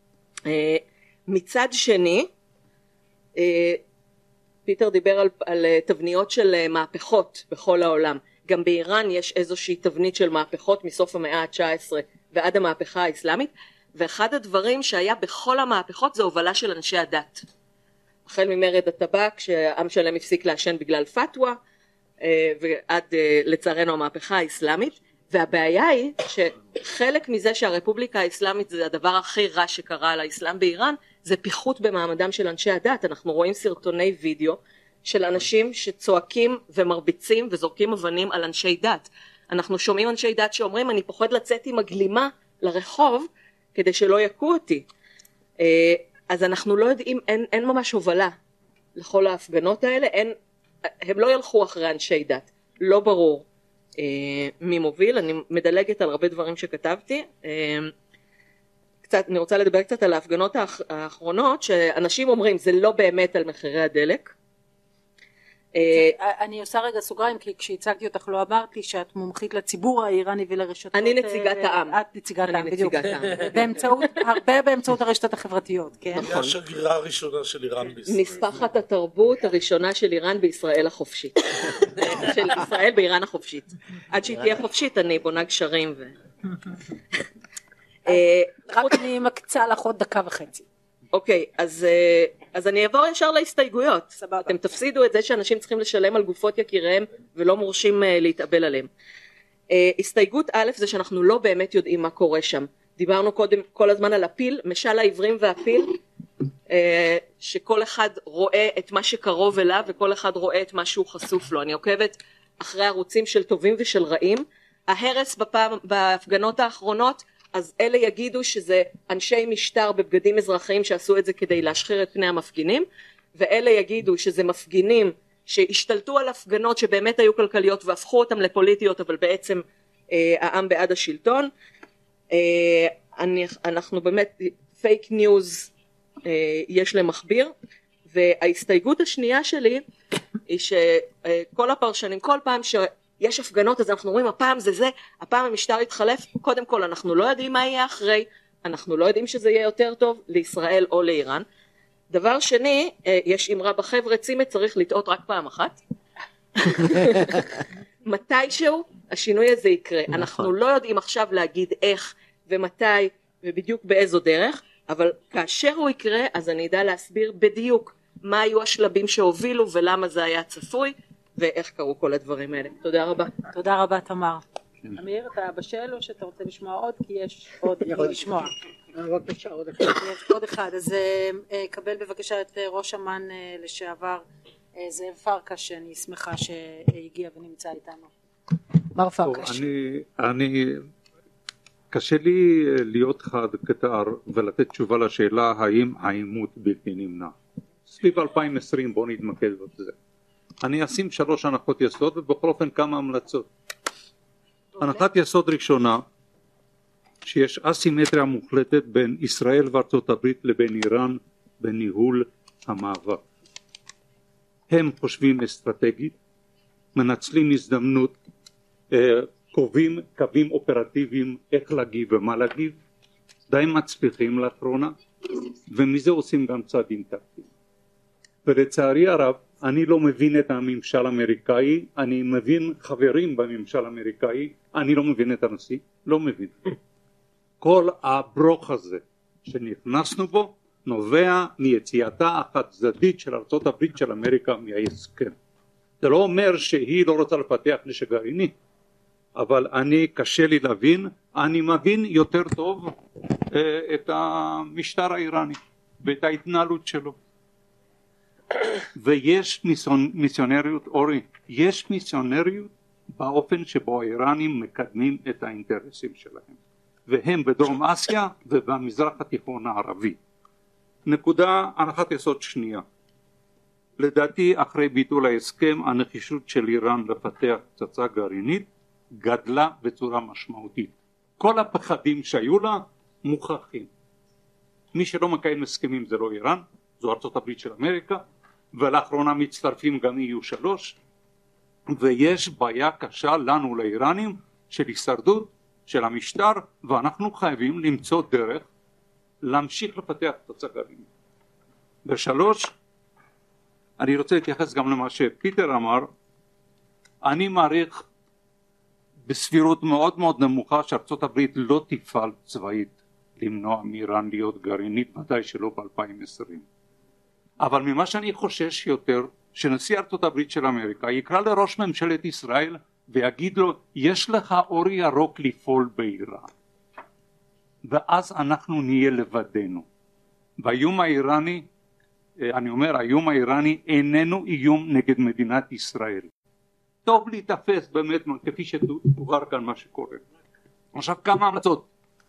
מצד שני, פיטר דיבר על, על תבניות של מהפכות בכל העולם. גם באיראן יש איזושהי תבנית של מהפכות מסוף המאה ה-תשע עשרה ועד המהפכה האסלאמית, ואחד הדברים שהיה בכל המהפכות זה הובלה של אנשי הדת. החל ממרד הטבק שהעם שלהם הפסיק לעשן בגלל פתווה, ועד לצערנו המהפכה האסלאמית. והבעיה היא שחלק מזה שהרפובליקה האסלאמית זה הדבר הכי רע שקרה לאסלאם באיראן, זה פיחות במעמדם של אנשי הדת. אנחנו רואים סרטוני וידאו של אנשים שצועקים ומרביצים וזורקים אבנים על אנשי דת. אנחנו שומעים אנשי דת שאומרים אני פוחד לצאת עם הגלימה לרחוב כדי שלא יכו אותי. אז אנחנו לא יודעים, אין, אין ממש הובלה לכל ההפגנות האלה, אין, הם לא ילכו אחרי אנשי דת, לא ברור מי מוביל. אני מדלגת על הרבה דברים שכתבתי. קצת, אני רוצה לדבר קצת על ההפגנות האחרונות, שאנשים אומרים זה לא באמת על מחירי הדלק. אני עושה רגע סוגריים, כי כשהצגתי אותך לא אמרתי שאת מומחית לציבור האיראני ולרשתות. אני נציגת העם. את נציגת העם, בדיוק. באמצעות, הרבה באמצעות הרשתות החברתיות, כן? היא השגרירה הראשונה של איראן בישראל. נספחת התרבות הראשונה של איראן בישראל החופשית. של ישראל באיראן החופשית. עד שהיא תהיה חופשית אני בונה גשרים ו... רק אני מקצה לך עוד דקה וחצי. אוקיי, אז, אז אני אעבור ישר להסתייגויות. סבבה. אתם תפסידו את זה שאנשים צריכים לשלם על גופות יקיריהם ולא מורשים להתאבל עליהם. הסתייגות א' זה שאנחנו לא באמת יודעים מה קורה שם. דיברנו קודם כל הזמן על הפיל, משל העברים והפיל, שכל אחד רואה את מה שקרוב אליו וכל אחד רואה את מה שהוא חשוף לו. אני עוקבת אחרי ערוצים של טובים ושל רעים. ההרס בפעם, בהפגנות האחרונות, אז אלה יגידו שזה אנשי משטר בבגדים אזרחיים שעשו את זה כדי להשחיר את פני המפגינים, ואלה יגידו שזה מפגינים שהשתלטו על הפגנות שבאמת היו כלכליות והפכו אותם לפוליטיות, אבל בעצם אה, העם בעד השלטון. אה, אני, אנחנו באמת פייק ניוז אה, יש למכביר. וההסתייגות השנייה שלי היא שכל הפרשנים, כל פעם ש... יש הפגנות, אז אנחנו רואים הפעם זה זה, הפעם המשטר יתחלף. קודם כל אנחנו לא יודעים מה יהיה אחרי, אנחנו לא יודעים שזה יהיה יותר טוב לישראל או לאיראן. דבר שני, יש אמרה בחבר'ה, צימת צריך לטעות רק פעם אחת. מתישהו השינוי הזה יקרה. אנחנו לא יודעים עכשיו להגיד איך ומתי ובדיוק באיזו דרך, אבל כאשר הוא יקרה אז אני אדע להסביר בדיוק מה היו השלבים שהובילו ולמה זה היה צפוי. ואיך קרו כל הדברים האלה. תודה רבה. תודה רבה תמר. אמיר, אתה בשל או שאתה רוצה לשמוע עוד? כי יש עוד לשמוע. בבקשה, עוד אחד. יש עוד אחד. אז קבל בבקשה את ראש אמ"ן לשעבר זאב פרקש, שאני שמחה שהגיע ונמצא איתנו. מר פרקש. אני, קשה לי להיות חד קטר ולתת תשובה לשאלה האם העימות בלתי נמנע. סביב אלפיים ועשרים בוא נתמקד בזה. אני אשים שלוש הנחות יסוד ובכל אופן כמה המלצות. הנחת יסוד ראשונה, שיש אסימטריה מוחלטת בין ישראל וארצות הברית לבין איראן בניהול המאבק. הם חושבים אסטרטגית, מנצלים הזדמנות, קובעים קווים אופרטיביים איך להגיב ומה להגיב, די מצליחים לאחרונה, ומזה עושים גם צעדים טקטיים. ולצערי הרב, אני לא מבין את הממשל האמריקאי, אני מבין חברים בממשל האמריקאי, אני לא מבין את הנשיא, לא מבין. כל הברוך הזה שנכנסנו בו נובע מיציאתה החד צדדית של ארצות הברית של אמריקה מההסכם. זה לא אומר שהיא לא רוצה לפתח נשק גרעיני, אבל אני קשה לי להבין, אני מבין יותר טוב אה, את המשטר האיראני ואת ההתנהלות שלו. ויש מיסיונריות, אורי, יש מיסיונריות באופן שבו האיראנים מקדמים את האינטרסים שלהם, והם בדרום אסיה ובמזרח התיכון הערבי. נקודה, הנחת יסוד שנייה, לדעתי אחרי ביטול ההסכם הנחישות של איראן לפתח פצצה גרעינית גדלה בצורה משמעותית. כל הפחדים שהיו לה מוכחים. מי שלא מקיים הסכמים זה לא איראן, זו ארצות הברית של אמריקה, ולאחרונה מצטרפים גם אי יו שלוש, ויש בעיה קשה לנו לאיראנים של הישרדות של המשטר, ואנחנו חייבים למצוא דרך להמשיך לפתח פצצה גרעינית. ושלוש, אני רוצה להתייחס גם למה שפיטר אמר, אני מעריך בסבירות מאוד מאוד נמוכה שארצות הברית לא תפעל צבאית למנוע מאיראן להיות גרעינית, ודאי שלא ב-אלפיים ועשרים. אבל ממה שאני חושש יותר, שנשיא ארצות הברית של אמריקה יקרא לראש ממשלת ישראל ויגיד לו, יש לך אור ירוק לפעול באיראן, ואז אנחנו נהיה לבדנו. והאיום האיראני, אני אומר, האיום האיראני איננו איום נגד מדינת ישראל. טוב להתאפס באמת כפי שתואר כאן מה שקורה. עכשיו כמה המלצות.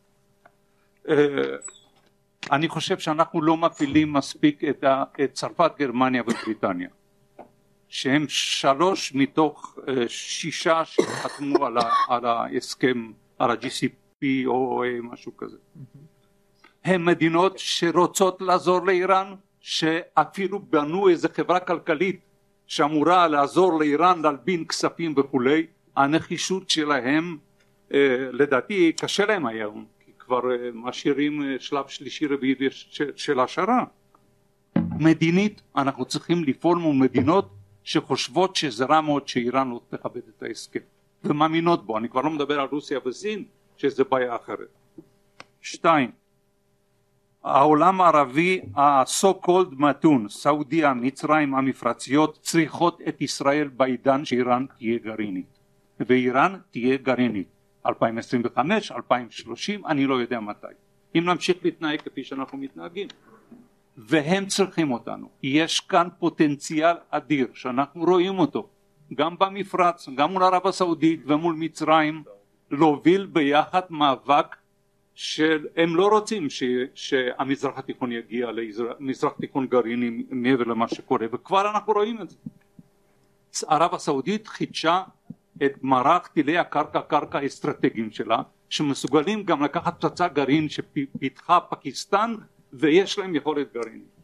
אני חושב שאנחנו לא מפעילים מספיק את, ה, את צרפת, גרמניה ובריטניה, שהם שלוש מתוך שישה שחתמו על, ה, על ההסכם, על ה-ג'י סי פי או משהו כזה. הן מדינות שרוצות לעזור לאיראן, שאפילו בנו איזה חברה כלכלית שאמורה לעזור לאיראן להלבין כספים וכולי. הנחישות שלהם לדעתי קשה להם היום, כי כבר משאירים שלב שלישי רביעי של השערה. מדינית אנחנו צריכים לפעול מול מדינות שחושבות שזה רע מאוד שאיראן לא תכבד את ההסכם ומאמינות בו. אני כבר לא מדבר על רוסיה וסין שזה בעיה אחרת. שתיים, העולם הערבי ה-so called מתון, סעודיה, מצרים, המפרציות, צריכות את ישראל בעידן שאיראן תהיה גרעינית, ואיראן תהיה גרעינית אלפיים עשרים וחמש, אלפיים ושלושים, אני לא יודע מתי, אם נמשיך להתנהג כפי שאנחנו מתנהגים. והם צריכים אותנו. יש כאן פוטנציאל אדיר שאנחנו רואים אותו גם במפרץ, גם מול ערב הסעודית ומול מצרים, להוביל ביחד מאבק של, הם לא רוצים ש, שהמזרח התיכון יגיע למזרח תיכון גרעיני מעבר למה שקורה, וכבר אנחנו רואים את זה. ערב הסעודית חידשה את מערך טילי הקרקע קרקע אסטרטגיים שלה, שמסוגלים גם לקחת פצצה גרעין שפיתחה פקיסטן ויש להם יכולת גרעינית.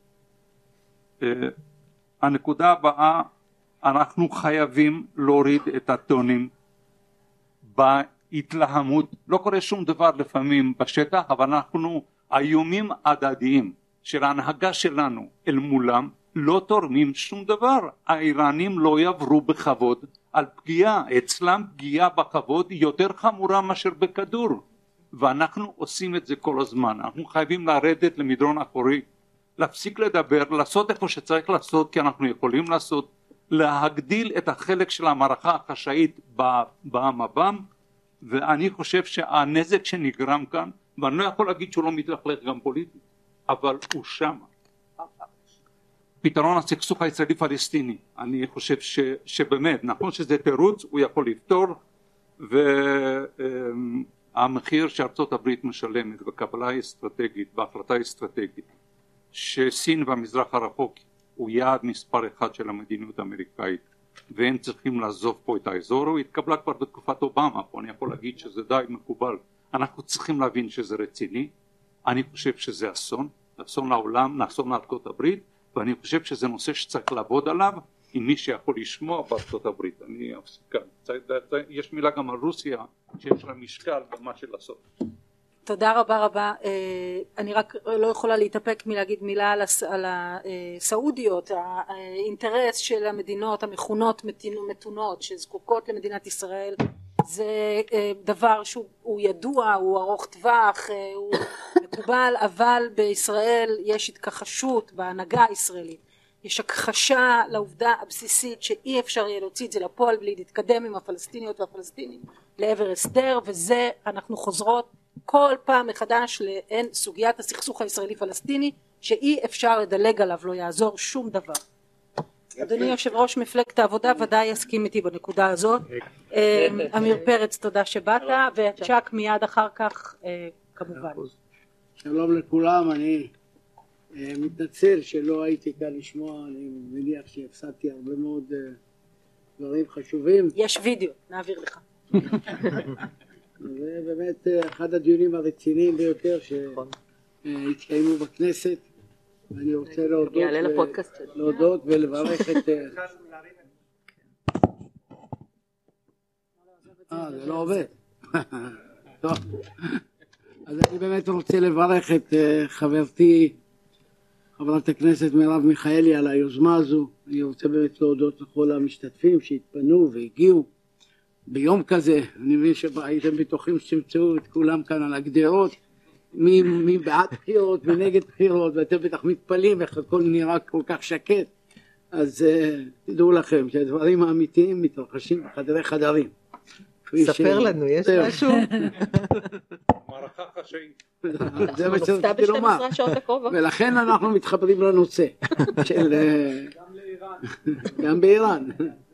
הנקודה הבאה, אנחנו חייבים להוריד את הטונים בהתלהמות. לא קורה שום דבר לפעמים בשטח, אבל אנחנו, האיומים הדדיים של ההנהגה שלנו אל מולם לא תורמים שום דבר. האיראנים לא יעברו בכבוד על פגיעה, אצלם פגיעה בכבוד היא יותר חמורה מאשר בכדור, ואנחנו עושים את זה כל הזמן. אנחנו חייבים לרדת למדרון אחורי, להפסיק לדבר, לעשות איפה שצריך לעשות כי אנחנו יכולים לעשות, להגדיל את החלק של המערכה החשאית במב"ם, ואני חושב שהנזק שנגרם כאן, ואני לא יכול להגיד שהוא לא מתלכלך גם פוליטית, אבל הוא שם. פתרון הסכסוך הישראלי פלסטיני, אני חושב ש, שבאמת, נכון שזה תירוץ, הוא יכול לפתור, והמחיר שארצות הברית משלמת בקבלה אסטרטגית, בהחלטה אסטרטגית, שסין והמזרח הרחוק הוא יעד מספר אחד של המדיניות האמריקאית, והם צריכים לעזוב פה את האזור, הוא התקבלה כבר בתקופת אובמה, פה אני יכול להגיד שזה די מקובל. אנחנו צריכים להבין שזה רציני, אני חושב שזה אסון, אסון לעולם, אסון לארצות הברית, ואני חושב שזה נושא שצריך לעבוד עליו עם מי שיכול לשמוע בארצות הברית. אני אפסיקה. יש מילה גם על רוסיה שיש לה משקל במה של לעשות. תודה רבה רבה. אני רק לא יכולה להתאפק מלהגיד מילה על הסעודיות. האינטרס של המדינות המכונות מתונות שזקוקות למדינת ישראל זה דבר שהוא ידוע, הוא ארוך טווח, הוא מקובל, אבל בישראל יש התכחשות בהנהגה הישראלית, יש הכחשה לעובדה הבסיסית שאי אפשר יהיה להוציא את זה לפועל בלי להתקדם עם הפלסטיניות והפלסטינים לעבר הסדר, וזה אנחנו חוזרות כל פעם מחדש לאין סוגיית הסכסוך הישראלי פלסטיני שאי אפשר לדלג עליו, לא יעזור שום דבר. אדוני יושב ראש מפלגת העבודה ודאי יסכים איתי בנקודה הזאת. אמיר פרץ, תודה שבאת, וצ'אק מיד אחר כך כמובן. שלום לכולם, אני מתנצל שלא הייתי כאן לשמוע, אני מניח שהפסדתי הרבה מאוד דברים חשובים. יש וידאו, נעביר לך. זה באמת אחד הדיונים הרציניים ביותר שהתקיימו בכנסת, ואני רוצה להודות, להודות ולברך את... אה, זה לא עובד. טוב. אז אני באמת רוצה לברך את חברתי חברת הכנסת מרב מיכאלי על היוזמה הזו. אני רוצה באמת להודות לכל המשתתפים שהתפנו והגיעו ביום כזה. אני מבין שהייתם בטוחים שתמצאו את כולם כאן על הגדרות, מי, מי בעד בחירות ונגד בחירות, ואתם בטח מתפלאים איך הכל נראה כל כך שקט. אז uh, תדעו לכם שהדברים האמיתיים מתרחשים בחדרי חדרים. ספר לנו, יש משהו? מערכה חשאית. זה מה שרציתי לומר. ולכן אנחנו מתחברים לנושא של... גם באיראן.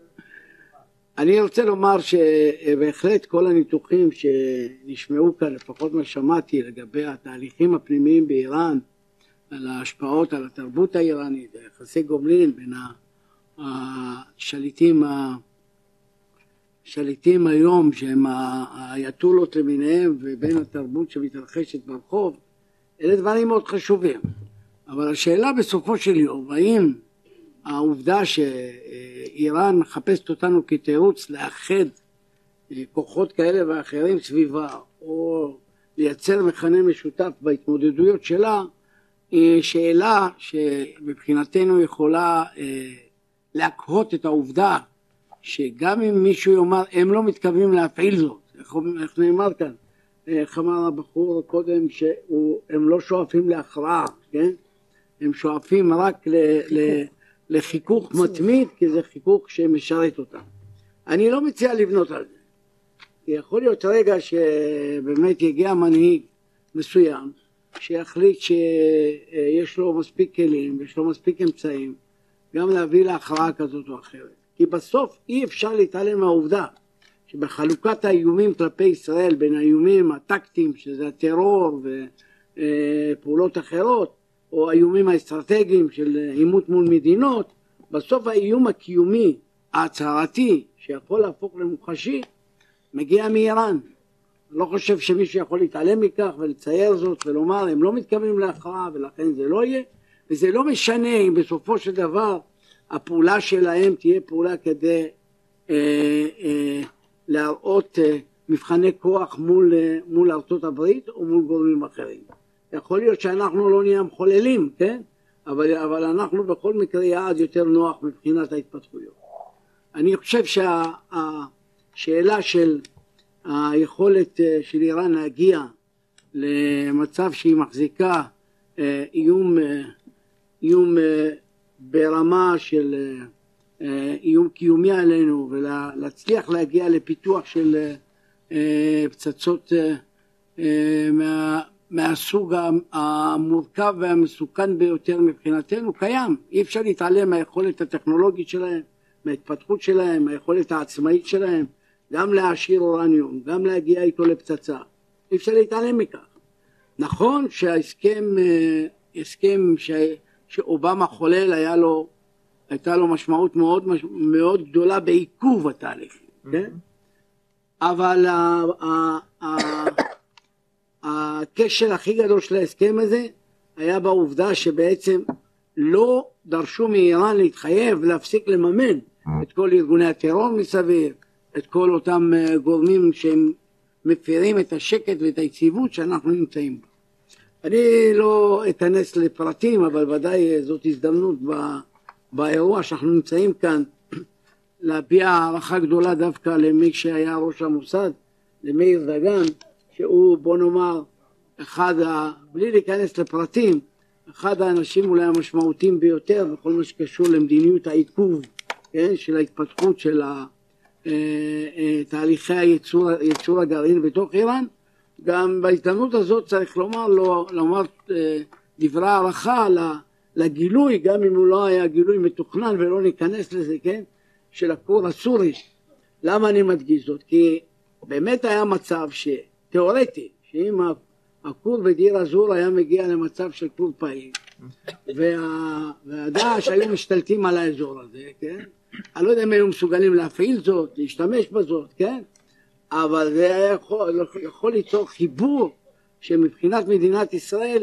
אני רוצה לומר שבהחלט כל הניתוחים שנשמעו כאן, לפחות מה שמעתי לגבי התהליכים הפנימיים באיראן, על ההשפעות על התרבות האיראנית, יחסי גומלין בין השליטים ה... שליטים היום שהם האייתולות למיניהם ובין התרבות שמתרחשת ברחוב, אלה דברים מאוד חשובים. אבל השאלה בסופו של יום, האם העובדה שאיראן מחפשת אותנו כתירוץ לאחד כוחות כאלה ואחרים סביבה, או לייצר מכנה משותף בהתמודדויות שלה, היא שאלה שמבחינתנו יכולה להקהות את העובדה שגם אם מישהו יאמר, הם לא מתכוונים להפעיל זאת, איך נאמר כאן, איך אמר הבחור קודם, שהם לא שואפים להכרעה, כן? הם שואפים רק ל, ל, לחיכוך מתמיד, כי זה חיכוך שמשרת אותם. אני לא מציע לבנות על זה. יכול להיות רגע שבאמת יגיע מנהיג מסוים, שיחליט שיש לו מספיק כלים, יש לו מספיק אמצעים, גם להביא להכרעה כזאת או אחרת. כי בסוף אי אפשר להתעלם מהעובדה שבחלוקת האיומים כלפי ישראל, בין האיומים הטקטיים, שזה הטרור ופעולות אחרות, או האיומים האסטרטגיים של עימות מול מדינות, בסוף האיום הקיומי, ההצהרתי, שיכול להפוך למוחשי, מגיע מאיראן. אני לא חושב שמישהו יכול להתעלם מכך ולצייר זאת ולומר, הם לא מתכוונים להכרעה ולכן זה לא יהיה, וזה לא משנה אם בסופו של דבר, הפעולה שלהם תהיה פעולה כדי אה, אה, להראות אה, מבחני כוח מול, אה, מול ארצות הברית או מול גורמים אחרים. יכול להיות שאנחנו לא נהיה מחוללים, כן? אבל, אבל אנחנו בכל מקרה יעד יותר נוח מבחינת ההתפתחויות. אני חושב שהשאלה של היכולת אה, של איראן להגיע למצב שהיא מחזיקה אה, איום, אה, איום אה, ברמה של איום קיומי עלינו ולהצליח להגיע לפיתוח של פצצות מה, מהסוג המורכב והמסוכן ביותר מבחינתנו קיים. אי אפשר להתעלם מהיכולת הטכנולוגית שלהם, מההתפתחות שלהם, מהיכולת העצמאית שלהם, גם להעשיר אורניום, גם להגיע איתו לפצצה. אי אפשר להתעלם מכך. נכון שההסכם הסכם ש... שאובמה חולל היה לו, הייתה לו משמעות מאוד, מאוד גדולה בעיכוב התהליכים, mm-hmm. כן? אבל ה, ה, ה, הקשר הכי גדול של ההסכם הזה היה בעובדה שבעצם לא דרשו מאיראן להתחייב להפסיק לממן את כל ארגוני הטרור מסביב, את כל אותם גורמים שהם מפירים את השקט ואת היציבות שאנחנו נמצאים בה. אני לא אכנס לפרטים, אבל ודאי זאת הזדמנות באירוע שאנחנו נמצאים כאן להביע הערכה גדולה דווקא למי שהיה ראש המוסד, למאיר דגן, שהוא בוא נאמר אחד, בלי להיכנס לפרטים, אחד האנשים אולי המשמעותיים ביותר בכל מה שקשור למדיניות העיכוב, כן, של ההתפתחות של תהליכי הייצור, ייצור הגרעין בתוך איראן. גם בהזדמנות הזאת צריך לומר, לא, לומר דברי הערכה לגילוי, גם אם הוא לא היה גילוי מתוכנן ולא ניכנס לזה, כן, של הכור הסורי. למה אני מדגיש זאת? כי באמת היה מצב שתיאורטי, שאם הכור בדיר אזור היה מגיע למצב של כור פעיל, וה, והדאעש היו משתלטים על האזור הזה, כן? אני לא יודע אם היו מסוגלים להפעיל זאת, להשתמש בזאת, כן? אבל זה יכול, יכול ליצור חיבור שמבחינת מדינת ישראל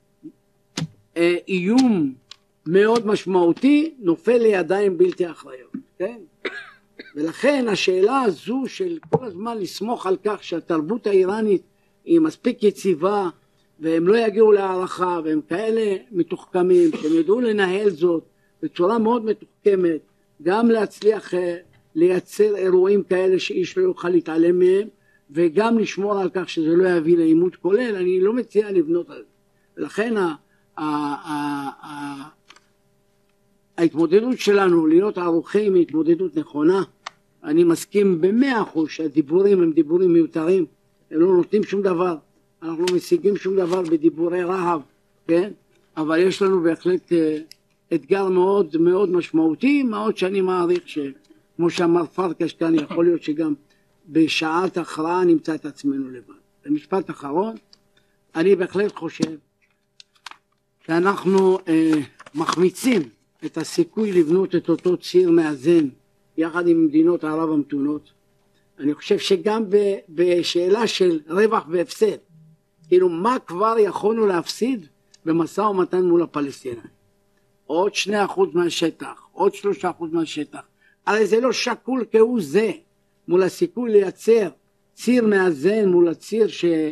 איום מאוד משמעותי נופל לידיים בלתי אחראיות, כן? ולכן השאלה הזו של כל הזמן לסמוך על כך שהתרבות האיראנית היא מספיק יציבה והם לא יגיעו להערכה והם כאלה מתוחכמים שהם ידעו לנהל זאת בצורה מאוד מתוחכמת, גם להצליח לייצר אירועים כאלה שאיש לא יוכל להתעלם מהם וגם לשמור על כך שזה לא יביא לעימות כולל, אני לא מציע לבנות על זה. ולכן ה- ה- ה- ה- ההתמודדות שלנו להיות ערוכים היא התמודדות נכונה. אני מסכים במאה אחוז שהדיבורים הם דיבורים מיותרים, הם לא נותנים שום דבר, אנחנו לא משיגים שום דבר בדיבורי רהב, כן? אבל יש לנו בהחלט אתגר מאוד מאוד משמעותי, מאוד שאני מעריך שכמו שאמר פרקש כאן, יכול להיות שגם בשעת הכרעה נמצא את עצמנו לבד. במשפט אחרון, אני בהחלט חושב שאנחנו אה, מחמיצים את הסיכוי לבנות את אותו ציר מאזן יחד עם מדינות ערב המתונות. אני חושב שגם ב, בשאלה של רווח והפסד, כאילו מה כבר יכולנו להפסיד במשא ומתן מול הפלסטינאים? עוד שני אחוז מהשטח, עוד שלושה אחוז מהשטח, הרי זה לא שקול כהוא זה מול הסיכוי לייצר ציר מאזן מול הציר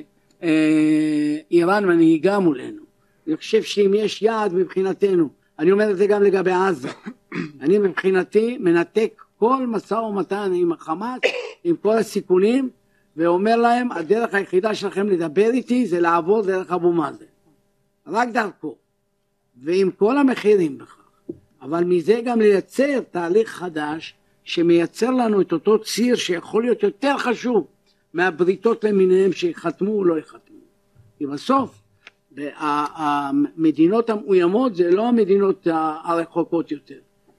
שאיראן מנהיגה מולנו. אני חושב שאם יש יעד מבחינתנו, אני אומר את זה גם לגבי עזה, אני מבחינתי מנתק כל משא ומתן עם החמאס, עם כל הסיכונים, ואומר להם, הדרך היחידה שלכם לדבר איתי זה לעבור דרך אבו מאזן. רק דרכו. ועם כל המחירים בכך. אבל מזה גם לייצר תהליך חדש, שמייצר לנו את אותו ציר שיכול להיות יותר חשוב, מהבריתות למיניהם שיחתמו או לא יחתמו. כי בסוף, המדינות המאוימות זה לא המדינות הרחוקות יותר.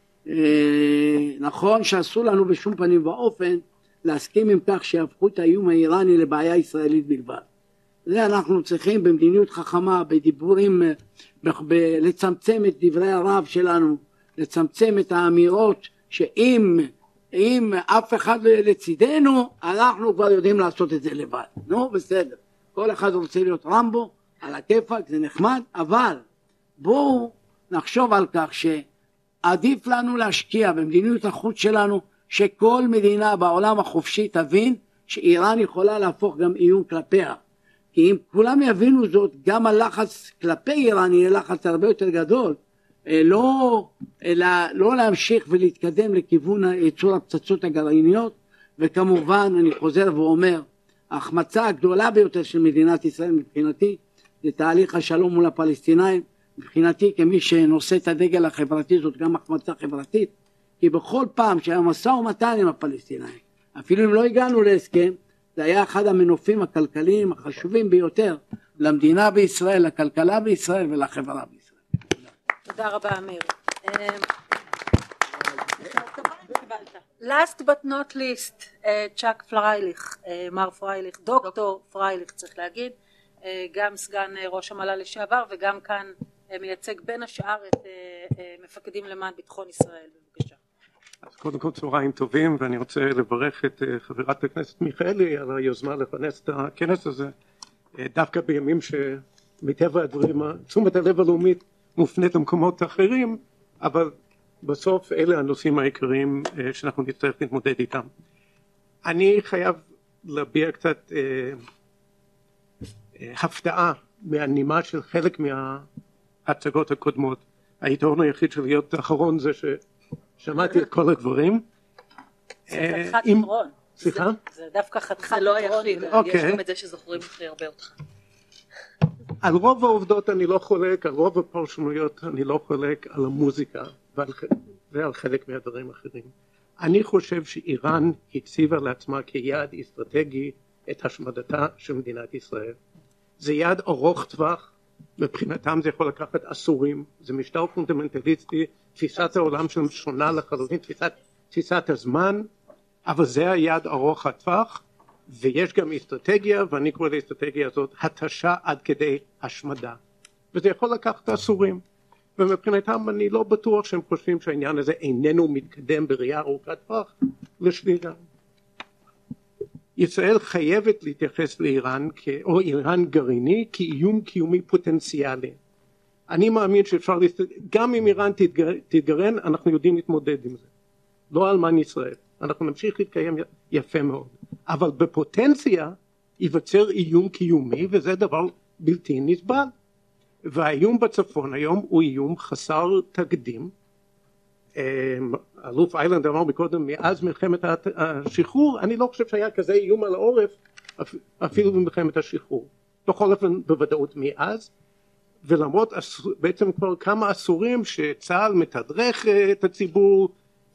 נכון שאסור לנו בשום פנים ואופן להסכים עם כך שיהפכו את האיום האיראני לבעיה ישראלית בלבד. זה אנחנו צריכים במדיניות חכמה, בדיבורים, ב- לצמצם את דברי הרב שלנו, לצמצם את האמירות שאם אם אף אחד לא יהיה לצידנו, אנחנו כבר יודעים לעשות את זה לבד. נו, בסדר. כל אחד רוצה להיות רמבו, על הכיפק, זה נחמד, אבל בואו נחשוב על כך שעדיף לנו להשקיע במדיניות החוץ שלנו, שכל מדינה בעולם החופשי תבין שאיראן יכולה להפוך גם איום כלפיה. כי אם כולם יבינו זאת, גם הלחץ כלפי איראן יהיה לחץ הרבה יותר גדול, לא, אלא, לא להמשיך ולהתקדם לכיוון ייצור הפצצות הגרעיניות. וכמובן אני חוזר ואומר, ההחמצה הגדולה ביותר של מדינת ישראל מבחינתי זה תהליך השלום מול הפלסטינאים. מבחינתי כמי שנושא את הדגל החברתי זאת גם החמצה חברתית, כי בכל פעם שהיה משא ומתן עם הפלסטינאים, אפילו אם לא הגענו להסכם, זה היה אחד המנופים הכלכליים החשובים ביותר למדינה בישראל, לכלכלה בישראל ולחברה בישראל. תודה רבה אמיר. last but not least, צ'אק פרייליך, מר פרייליך, דוקטור פרייליך צריך להגיד, גם סגן ראש המל"ל לשעבר וגם כאן מייצג בין השאר את מפקדים למען ביטחון ישראל. בבקשה. אז קודם כל צהריים טובים, ואני רוצה לברך את חברת הכנסת מיכאלי על היוזמה לכנס את הכנס הזה, דווקא בימים שמטבע הדברים תשומת הלב הלאומית מופנית למקומות אחרים, אבל בסוף אלה הנושאים העיקריים שאנחנו נצטרך להתמודד איתם. אני חייב להביע קצת אה, אה, הפתעה מהנימה של חלק מההצגות הקודמות. היתרון היחיד של להיות האחרון זה ששמעתי את כל הדברים. זה חתיכת יתרון. סליחה? זה דווקא חתיכת יתרון. זה לא היחיד, יש גם את זה שזוכרים הכי הרבה אותך. על רוב העובדות אני לא חולק, על רוב הפרשנויות אני לא חולק, על המוזיקה ועל, ועל חלק מהדברים האחרים. אני חושב שאיראן הציבה לעצמה כיעד אסטרטגי את השמדתה של מדינת ישראל. זה יעד ארוך טווח, מבחינתם זה יכול לקחת עשורים, זה משטר פונדמנטליסטי, תפיסת העולם שלהם שונה לחלוטין, תפיסת, תפיסת הזמן, אבל זה היעד ארוך הטווח, ויש גם אסטרטגיה, ואני קורא לאסטרטגיה הזאת התשה עד כדי השמדה, וזה יכול לקחת עשורים, ומבחינתם אני לא בטוח שהם חושבים שהעניין הזה איננו מתקדם בראייה ארוכת טווח לשלילה. ישראל חייבת להתייחס לאיראן, או איראן גרעיני, כאיום קיומי פוטנציאלי. אני מאמין שאפשר, גם אם איראן תתגרען, אנחנו יודעים להתמודד עם זה. לא אלמן ישראל. אנחנו נמשיך להתקיים יפה מאוד. אבל בפוטנציה ייווצר איום קיומי, וזה דבר בלתי נסבל. והאיום בצפון היום הוא איום חסר תקדים. אלוף איילנד אמר מקודם, מאז מלחמת השחרור, אני לא חושב שהיה כזה איום על העורף, אפילו במלחמת השחרור. בכל אופן בוודאות מאז, ולמרות בעצם כבר כמה עשורים שצה"ל מתדרך את הציבור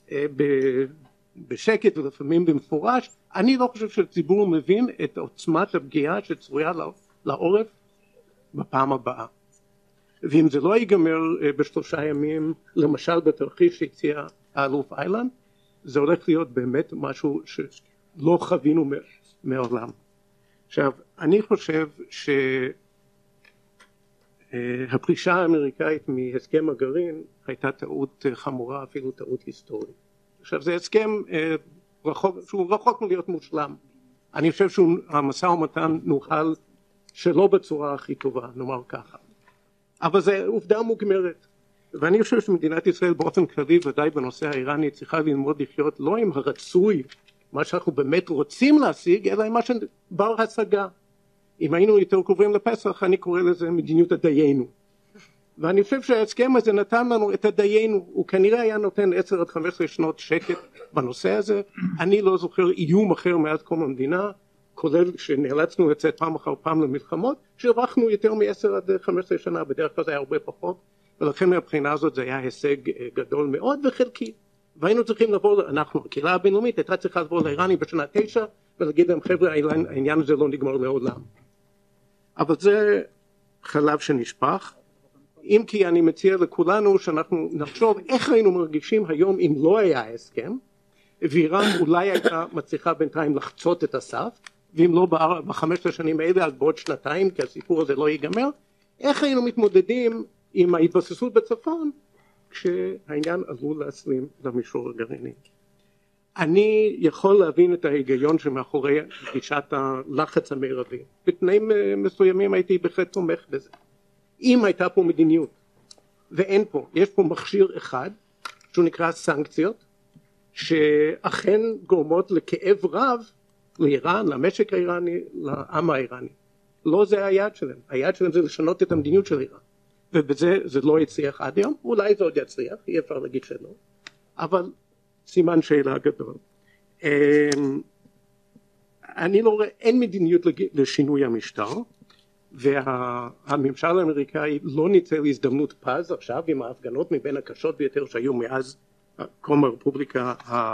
בשקט ולפעמים במפורש, אני לא חושב שהציבור מבין את עוצמת הפגיעה שצפויה לעורף בפעם הבאה. ואם זה לא ייגמר בשלושה ימים, למשל בתרחיש שהציע האלוף איילנד, זה הולך להיות באמת משהו שלא חווינו מעולם. עכשיו, אני חושב שהפרישה האמריקאית מהסכם הגרעין הייתה טעות חמורה, אפילו טעות היסטורית. עכשיו, זה הסכם רחוק, שהוא רחוק מלהיות מושלם. אני חושב שהמשא ומתן נוכל שלא בצורה הכי טובה, נאמר ככה. אבל זו עובדה מוגמרת, ואני חושב שמדינת ישראל באופן כללי, ודאי בנושא האיראני, צריכה ללמוד לחיות לא עם הרצוי, מה שאנחנו באמת רוצים להשיג, אלא עם מה שבר השגה. אם היינו יותר קרובים לפסח, אני קורא לזה מדיניות הדיינו. ואני חושב שההסכם הזה נתן לנו את הדיינו, הוא כנראה היה נותן עשר עד חמש עשרה שנות שקט בנושא הזה. אני לא זוכר איום אחר מאז קום המדינה, כולל שנאלצנו לצאת פעם אחר פעם למלחמות, שהרווחנו יותר מ-עשר עד חמש עשרה שנה, בדרך כלל זה היה הרבה פחות, ולכן מהבחינה הזאת זה היה הישג גדול מאוד וחלקי. והיינו צריכים לבוא, אנחנו, הקהילה הבינלאומית, הייתה צריכה לבוא לאיראנים בשנה תשע, ולהגיד להם, חבר'ה, העניין הזה לא נגמר לעולם. אבל זה חלב שנשפך. אם כי אני מציע לכולנו שאנחנו נחשוב איך היינו מרגישים היום אם לא היה הסכם, ואיראן אולי הייתה מצליחה בינתיים לחצות את הסף, ואם לא בחמש השנים האלה אז בעוד שנתיים, כי הסיפור הזה לא ייגמר, איך היינו מתמודדים עם ההתבססות בצפון כשהעניין עלול להסלים למישור הגרעיני. אני יכול להבין את ההיגיון שמאחורי גישת הלחץ המרבי. בתנאים מסוימים הייתי בהחלט תומך בזה. אם הייתה פה מדיניות, ואין פה, יש פה מכשיר אחד שהוא נקרא סנקציות, שאכן גורמות לכאב רב לאיראן, למשק האיראני, לעם האיראני. לא זה היעד שלהם. היעד שלהם זה לשנות את המדיניות של איראן. ובזה זה לא יצליח עד היום. אולי זה עוד יצליח, אי אפשר להגיד שלא. אבל סימן שאלה גדול. אני לא רואה, אין מדיניות לשינוי המשטר, והממשל האמריקאי לא ניצל הזדמנות פז עכשיו עם ההפגנות מבין הקשות ביותר שהיו מאז קום הרפובליקה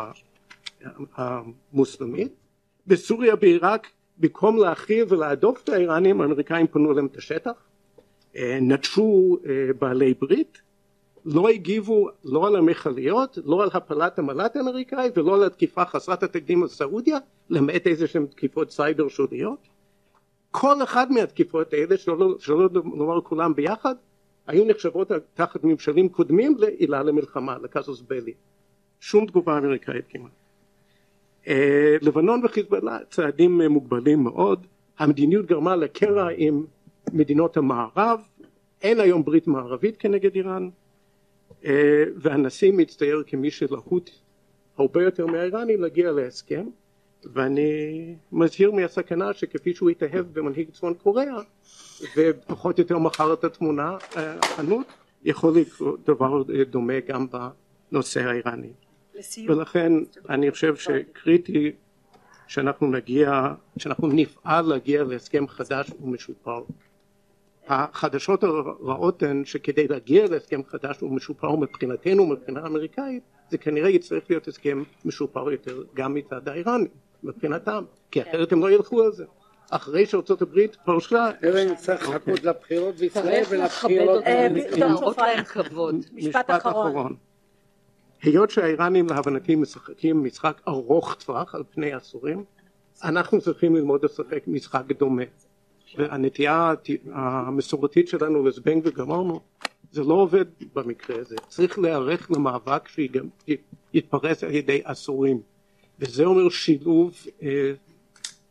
המוסלמית. בסוריה, בעיראק, במקום להכריע ולהדוף את האיראנים, האמריקאים פנו אליהם את השטח, נטשו בעלי ברית, לא הגיבו לא על המכליות, לא על הפלת המל"ט האמריקאי ולא על התקיפה חסרת התקדים על סעודיה, למעט איזה שהן תקיפות סייבר שוליות. כל אחד מהתקיפות האלה, שלא, שלא נאמר כולם ביחד, היו נחשבות תחת ממשלים קודמים לעילה למלחמה, לקזוס בלי. שום תגובה אמריקאית כמעט. אה, לבנון וחיזבאללה צעדים מוגבלים מאוד. המדיניות גרמה לקרע עם מדינות המערב, אין היום ברית מערבית כנגד איראן, אה, והנשיא מצטייר כמי שלהוט הרבה יותר מהאיראנים להגיע להסכם, ואני מזהיר מהסכנה שכפי שהוא יתאהב במנהיג צפון קוריאה ופחות יותר מכר את התמונה החנות, יכול לקרות דבר דומה גם בנושא האיראני. ולכן אני חושב שקריטי שאנחנו נגיע, שאנחנו נפעל להגיע להסכם חדש ומשופר. החדשות הרעות הן שכדי להגיע להסכם חדש ומשופר מבחינתנו מבחינה אמריקאית, זה כנראה יצטרך להיות הסכם משופר יותר גם מצד האיראני מבחינתם, כי אחרת הם לא ילכו על זה. אחרי שארצות הברית פרשה, אבן צריך לחכות לבחירות בישראל ולבחירות כבוד. משפט אחרון. היות שהאיראנים להבנתי משחקים משחק ארוך טווח על פני עשורים, אנחנו צריכים ללמוד לשחק משחק דומה. והנטייה המסורתית שלנו לזבנג וגמרנו, זה לא עובד במקרה הזה. צריך להיערך למאבק שיתפרס על ידי עשורים. וזה אומר שילוב אה,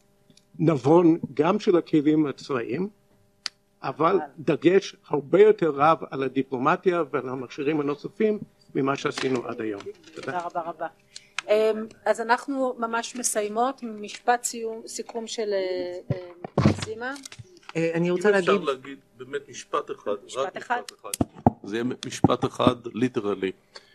נבון גם של הכלים הצבאיים, אבל דגש הרבה יותר רב על הדיפלומטיה ועל המכשירים הנוספים ממה שעשינו עד היום. תודה רבה רבה. אז אנחנו ממש מסיימות, משפט סיום, סיכום של סימה. אני רוצה להגיד... אם אפשר להגיד באמת משפט אחד, משפט רק אחד. משפט אחד. זה יהיה משפט אחד, ליטרלי.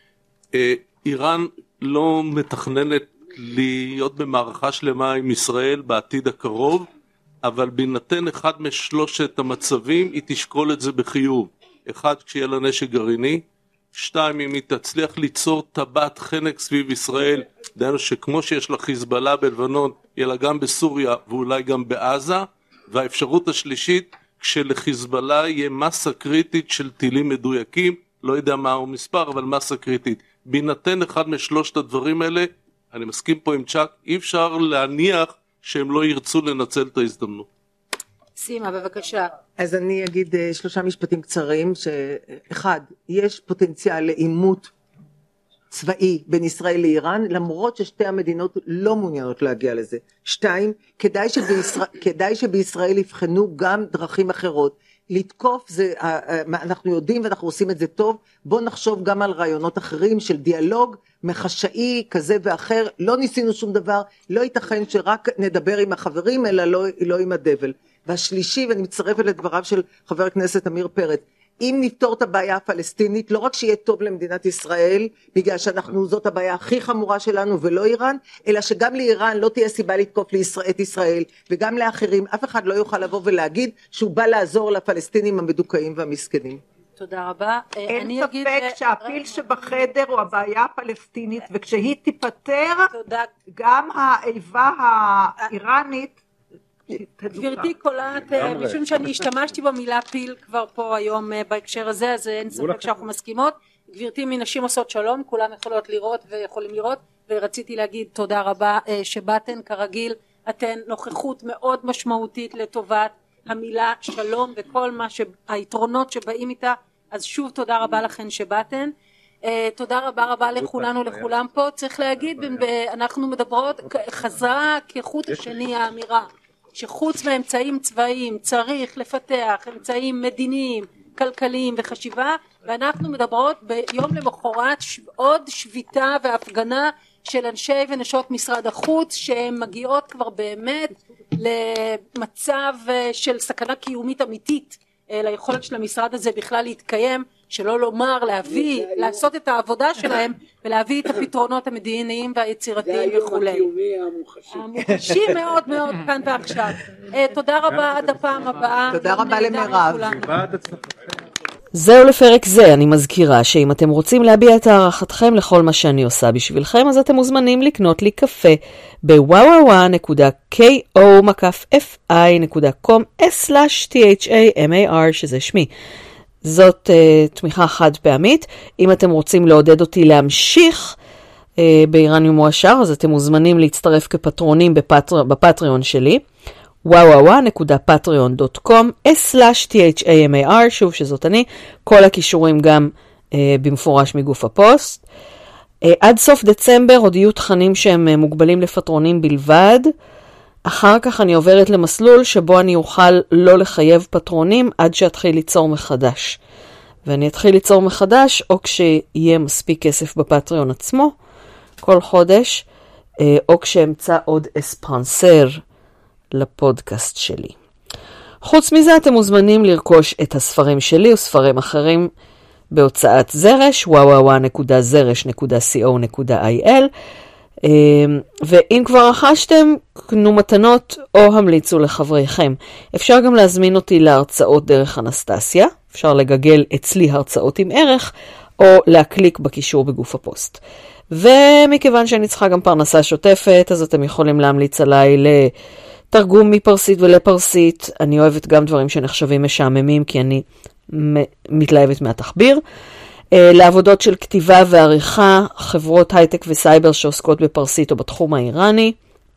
איראן לא מתכננת להיות במערכה שלמה עם ישראל בעתיד הקרוב, אבל בהינתן אחד משלושת המצבים היא תשקול את זה בחיוב. אחד, כשיהיה לה נשק גרעיני. שתיים, אם היא תצליח ליצור טבעת חנק סביב ישראל, דהיינו שכמו שיש לה חיזבאללה בלבנון, יהיה לה גם בסוריה ואולי גם בעזה. והאפשרות השלישית, כשלחיזבאללה יהיה מסה קריטית של טילים מדויקים, לא יודע מהו מספר, אבל מסה קריטית. בהינתן אחד משלושת הדברים האלה, אני מסכים פה עם צ'אק, אי אפשר להניח שהם לא ירצו לנצל את ההזדמנות. סימה, בבקשה. אז אני אגיד שלושה משפטים קצרים, שאחד, יש פוטנציאל לעימות צבאי בין ישראל לאיראן, למרות ששתי המדינות לא מעוניינות להגיע לזה. שתיים, כדאי שבישראל, כדאי שבישראל יבחנו גם דרכים אחרות. לתקוף זה, אנחנו יודעים ואנחנו עושים את זה טוב, בוא נחשוב גם על רעיונות אחרים של דיאלוג מחשאי כזה ואחר, לא ניסינו שום דבר, לא ייתכן שרק נדבר עם החברים אלא לא, לא עם הדבל. והשלישי, ואני מצטרפת לדבריו של חבר הכנסת אמיר פרץ, אם נפתור את הבעיה הפלסטינית, לא רק שיהיה טוב למדינת ישראל, בגלל שאנחנו, זאת הבעיה הכי חמורה שלנו ולא איראן, אלא שגם לאיראן לא תהיה סיבה לתקוף את ישראל, וגם לאחרים, אף אחד לא יוכל לבוא ולהגיד שהוא בא לעזור לפלסטינים המדוכאים והמסכנים. תודה רבה. אין ספק שהפיל שבחדר הוא הבעיה הפלסטינית, וכשהיא תיפטר, גם האיבה האיראנית, גברתי קולט, משום שאני השתמשתי במילה פיל כבר פה היום בהקשר הזה, אז אין ספק שאנחנו מסכימות. גברתי, מנשים עושות שלום, כולם יכולות לראות ויכולים לראות, ורציתי להגיד תודה רבה שבאתן, כרגיל, אתן נוכחות מאוד משמעותית לטובת המילה שלום וכל מה שהיתרונות שבאים איתה, אז שוב תודה רבה לכן שבאתן. תודה רבה רבה לכולנו לכולם פה. צריך להגיד, אנחנו מדברות, חזרה כחוט השני האמירה שחוץ מאמצעים צבאיים צריך לפתח אמצעים מדיניים, כלכליים וחשיבה, ואנחנו מדברות ביום למחרת עוד שביתה והפגנה של אנשי ונשות משרד החוץ שהן מגיעות כבר באמת למצב של סכנה קיומית אמיתית ליכולת של המשרד הזה בכלל להתקיים, שלא לומר להביא, לעשות את העבודה שלהם ולהביא את הפתרונות המדיניים והיצירתיים וכולי. המוחשי מאוד מאוד כאן ועכשיו. תודה רבה, עד הפעם הבאה. תודה רבה למירב. זהו לפרק זה. אני מזכירה שאם אתם רוצים להביע את הערכתכם לכל מה שאני עושה בשבילכם, אז אתם מוזמנים לקנות לי קפה ב-וואווה נקודה קו מקף אף איי נקודה קום סלאש טי אייץ' איי אם איי אר שזה שמי. זאת uh, תמיכה חד פעמית. אם אתם רוצים לעודד אותי להמשיך uh, באיראניום מועשר, אז אתם מוזמנים להצטרף כפטרונים בפטר... בפטריון שלי. וואווה נקודה פטריון דוט קום סלאש טי אייץ' איי אם איי אר, שוב שזאת אני, כל הכישורים גם uh, במפורש מגוף הפוסט. Uh, עד סוף דצמבר עוד יהיו תכנים שהם uh, מוגבלים לפטרונים בלבד. אחר כך אני עוברת למסלול שבו אני אוכל לא לחייב פטרונים עד שאתחיל ליצור מחדש. ואני אתחיל ליצור מחדש או כשיהיה מספיק כסף בפטריון עצמו כל חודש, או כשאמצא עוד אספרנסר לפודקאסט שלי. חוץ מזה אתם מוזמנים לרכוש את הספרים שלי וספרים אחרים בהוצאת זרש, וואווה נקודה זרש נקודה קו נקודה איי אל, ואם כבר רכשתם, קנו מתנות או המליצו לחבריכם. אפשר גם להזמין אותי להרצאות דרך אנסטסיה, אפשר לגגל אצלי הרצאות עם ערך, או להקליק בקישור בגוף הפוסט. ומכיוון שאני צריכה גם פרנסה שוטפת, אז אתם יכולים להמליץ עליי לתרגום מפרסית ולפרסית. אני אוהבת גם דברים שנחשבים משעממים, כי אני מתלהבת מהתחביר. לעבודות של כתיבה ועריכה, חברות הייטק וסייבר שעוסקות בפרסית או בתחום האיראני.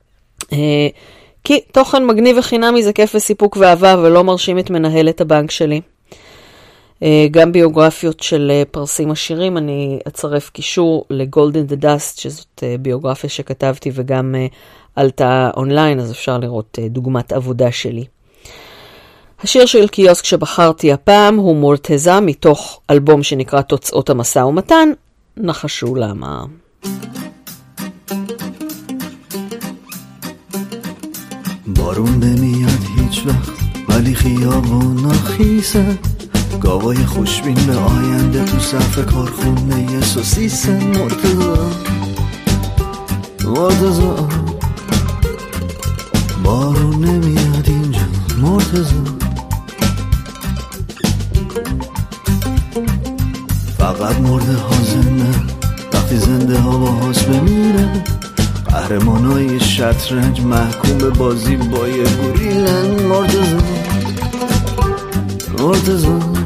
כי תוכן מגניב וחינמי זה כיף וסיפוק ואהבה, ולא מרשים את מנהלת הבנק שלי. גם ביוגרפיות של פרסים עשירים, אני אצרף קישור לגולדן דה דאסט, שזאת ביוגרפיה שכתבתי וגם עלתה אונליין, אז אפשר לראות דוגמת עבודה שלי. השיר של קיוסק שבחרתי הפעם הוא מורטזה, מתוך אלבום שנקרא תוצאות המשא ומתן. נחשו למה. بارون نمیاد هیچ وقت ولی خیابونا خیسه گاوای خوشبین به آینده تو صف کارخونه سوسیسه مرتضی مرتضی بارون نمیاد اینجا مرتضی فقط مرده ها زنده وقتی زنده ها با هاست بمیره قهرمانای شطرنج محکوم به بازی با یه گوریلن مرتضی مرتضی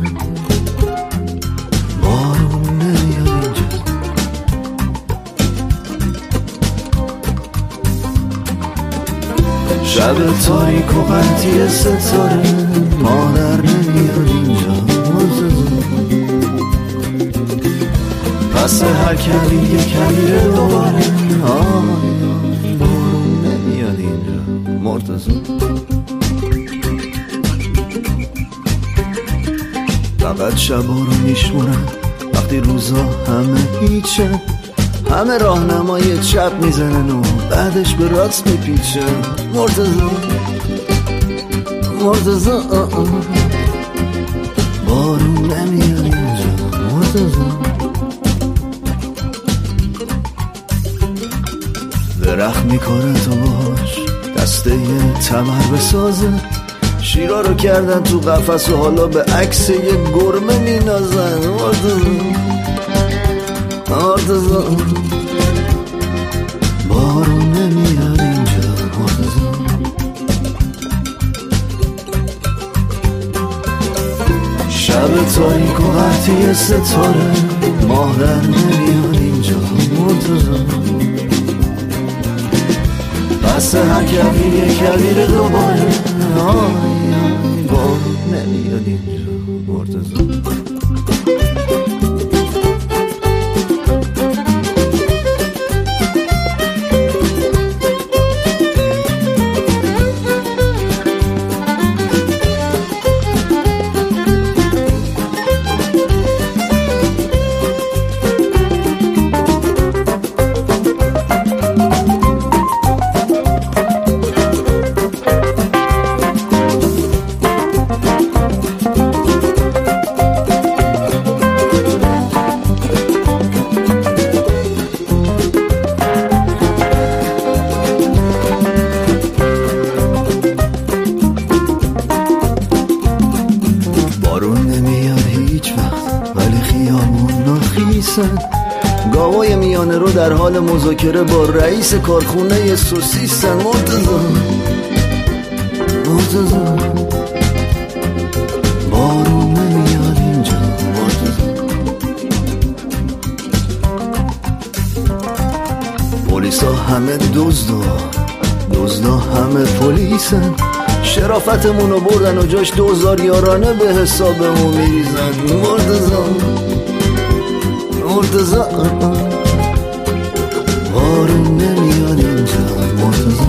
بارون نمیاد اینجا شب تاریک و قطعی ستاره مادر نمیاد اینجا مرتضی پس هر کلی یه کلیه دوباره آی بارون نمیاد اینجا مرتضی فقط شبا رو میشمونن وقتی روزا همه هیچن همه راهنمای چپ میزنن و بعدش به راست میپیچن مرتضی مرتضی بارون نمیاد اینجا مرتضی درخت میکنه تو باش دسته یه تمر بسازه شیرا رو کردن تو قفس و حالا به عکس یه گرمه مینازن مرتضی مرتضی بارون نمیاد اینجا مرتضی شب تاریک و قطعی ستاره ماه در نمیاد اینجا مرتضی پس هر کبیر یه کبیر دوباره آی آی بارون نمیاد اینجا مرتضی گاوای میانه رو در حال مذاکره با رئیس کارخونه سوسیسن مرتضی مرتضی بارون نمیاد اینجا مرتضی پلیسا همه دزدا دزدا همه پلیسن شرافتمونو بردن و جاش دوزار یارانه به حسابمون میریزن مرتضی مرتضی بارون نمیاد اینجا مرتضی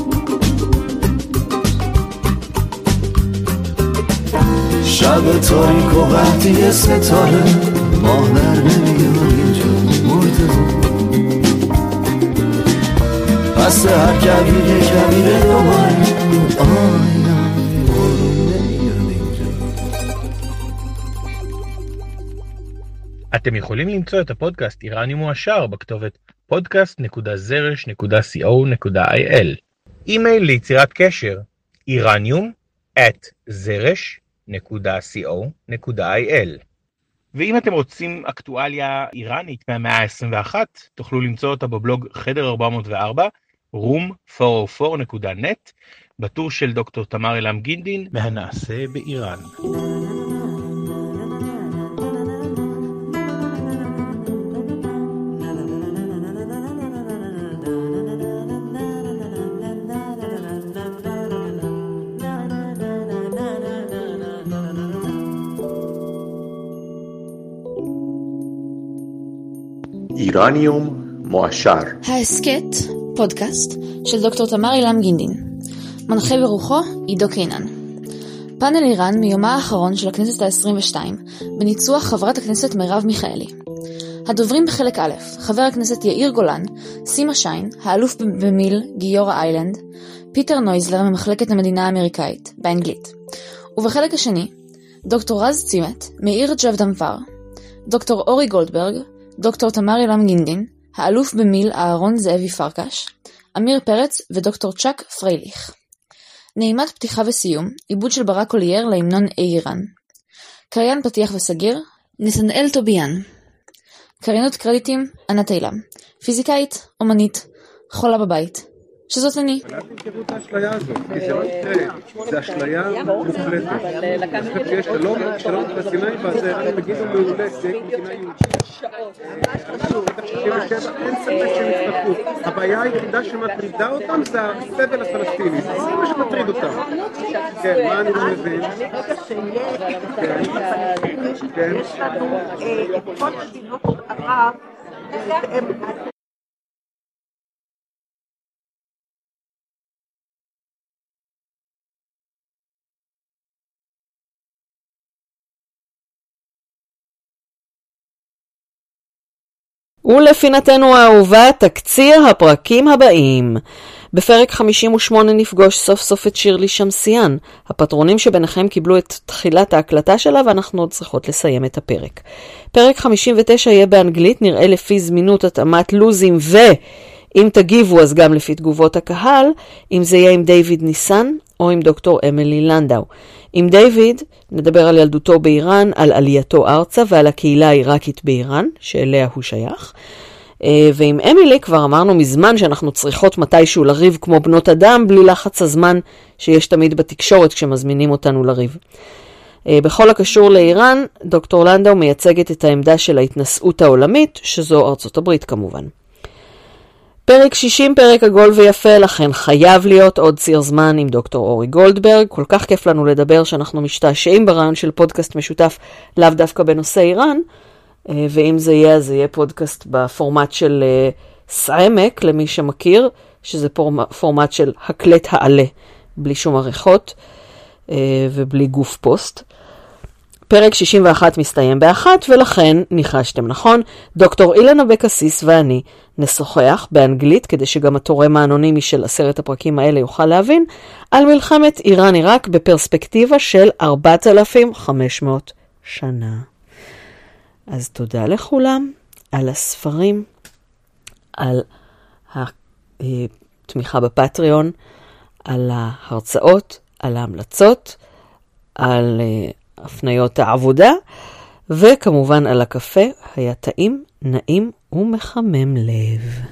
شب تاریک و قطعی ستاره ماه در نمیاد اینجا مرتضی پس هر کبیر یه کبیر دوباره آی آی بارون نمیاد اینجا. אתם יכולים למצוא את הפודקאסט איראני מועשר בכתובת פודקאסט נקודה זרש נקודה סי או נקודה איי אל. אימייל ליצירת קשר איראניום את זרש נקודה סי או נקודה איי אל. ואם אתם רוצים אקטואליה איראנית מהמאה ה-עשרים ואחת, תוכלו למצוא אותה בבלוג חדר ארבע מאות וארבע, רום ארבע מאות וארבע נקודה נט, בטור של דוקטור תמר אלעם גינדין, מהנעשה באיראן. איראניום מועשר. ההסקט, פודקאסט, של דוקטור תמר אילם גינדין. מנחה ברוחו, עידו קינן. פאנל איראן מיומה האחרון של הכנסת ה-עשרים ושתיים, בניצוח חברת הכנסת מרב מיכאלי. הדוברים בחלק א', חבר הכנסת יאיר גולן, סימה שיין, האלוף במיל גיורא איילנד, פיטר נויזלר ממחלקת המדינה האמריקאית, באנגלית. ובחלק השני, דוקטור רז צימת, מאיר ג'בדנפר, דוקטור אורי גולדברג, דוקטור תמר אילם גינדין, האלוף במיל אהרון זאבי פרקש, אמיר פרץ ודוקטור צ'אק פרייליך. נעימת פתיחה וסיום, עיבוד של ברק אולייר להמנון איראן. קריין פתיח וסגיר, נתנאל טוביאן. קריינות קרדיטים, ענת אילם. פיזיקאית, אומנית, חולה בבית. שזאת אני. אל תמכרו את האשליה הזאת, כי זה לא יקרה, זה אשליה מוחלטת. אז חכה שלום, שלום פלסטינאי, ואז הם יגידו מעולה, זה מדינה יהודית. אין ספק שהם יצטרכו. הבעיה היחידה שמטרידה אותם זה הסבל הפלסטיני, זה מה שמטריד אותם. כן, מה אני לא מבין? כן. יש לנו את כל מדינות ערב, ולפינתנו האהובה, תקציר הפרקים הבאים. בפרק חמישים ושמונה נפגוש סוף סוף את שירלי שמסיאן. הפטרונים שביניכם קיבלו את תחילת ההקלטה שלה ואנחנו עוד צריכות לסיים את הפרק. פרק חמישים ותשע יהיה באנגלית, נראה לפי זמינות התאמת לוזים, ואם תגיבו אז גם לפי תגובות הקהל, אם זה יהיה עם דיוויד ניסן או עם דוקטור אמילי לנדאו. עם דיוויד נדבר על ילדותו באיראן, על עלייתו ארצה ועל הקהילה העיראקית באיראן, שאליה הוא שייך. ועם אמילי כבר אמרנו מזמן שאנחנו צריכות מתישהו לריב כמו בנות אדם, בלי לחץ הזמן שיש תמיד בתקשורת כשמזמינים אותנו לריב. בכל הקשור לאיראן, דוקטור לנדאו מייצגת את העמדה של ההתנשאות העולמית, שזו ארצות הברית כמובן. פרק שישים, פרק עגול ויפה, לכן חייב להיות עוד ציר זמן עם דוקטור אורי גולדברג. כל כך כיף לנו לדבר שאנחנו משתעשעים ברעיון של פודקאסט משותף, לאו דווקא בנושא איראן, ואם זה יהיה, זה יהיה פודקאסט בפורמט של סעמק, למי שמכיר, שזה פורמט של הקלט העלה, בלי שום עריכות ובלי גוף פוסט. פרק שישים ואחת מסתיים באחת, ולכן ניחשתם נכון, דוקטור אילנה בקסיס ואני נשוחח באנגלית, כדי שגם התורם האנונימי של עשרת הפרקים האלה יוכל להבין, על מלחמת איראן-עיראק בפרספקטיבה של ארבעת אלפים וחמש מאות שנה. אז תודה לכולם על הספרים, על התמיכה בפטריון, על ההרצאות, על ההמלצות, על הפניות העבודה, וכמובן על הקפה. היה טעים, נעים ומחמם לב.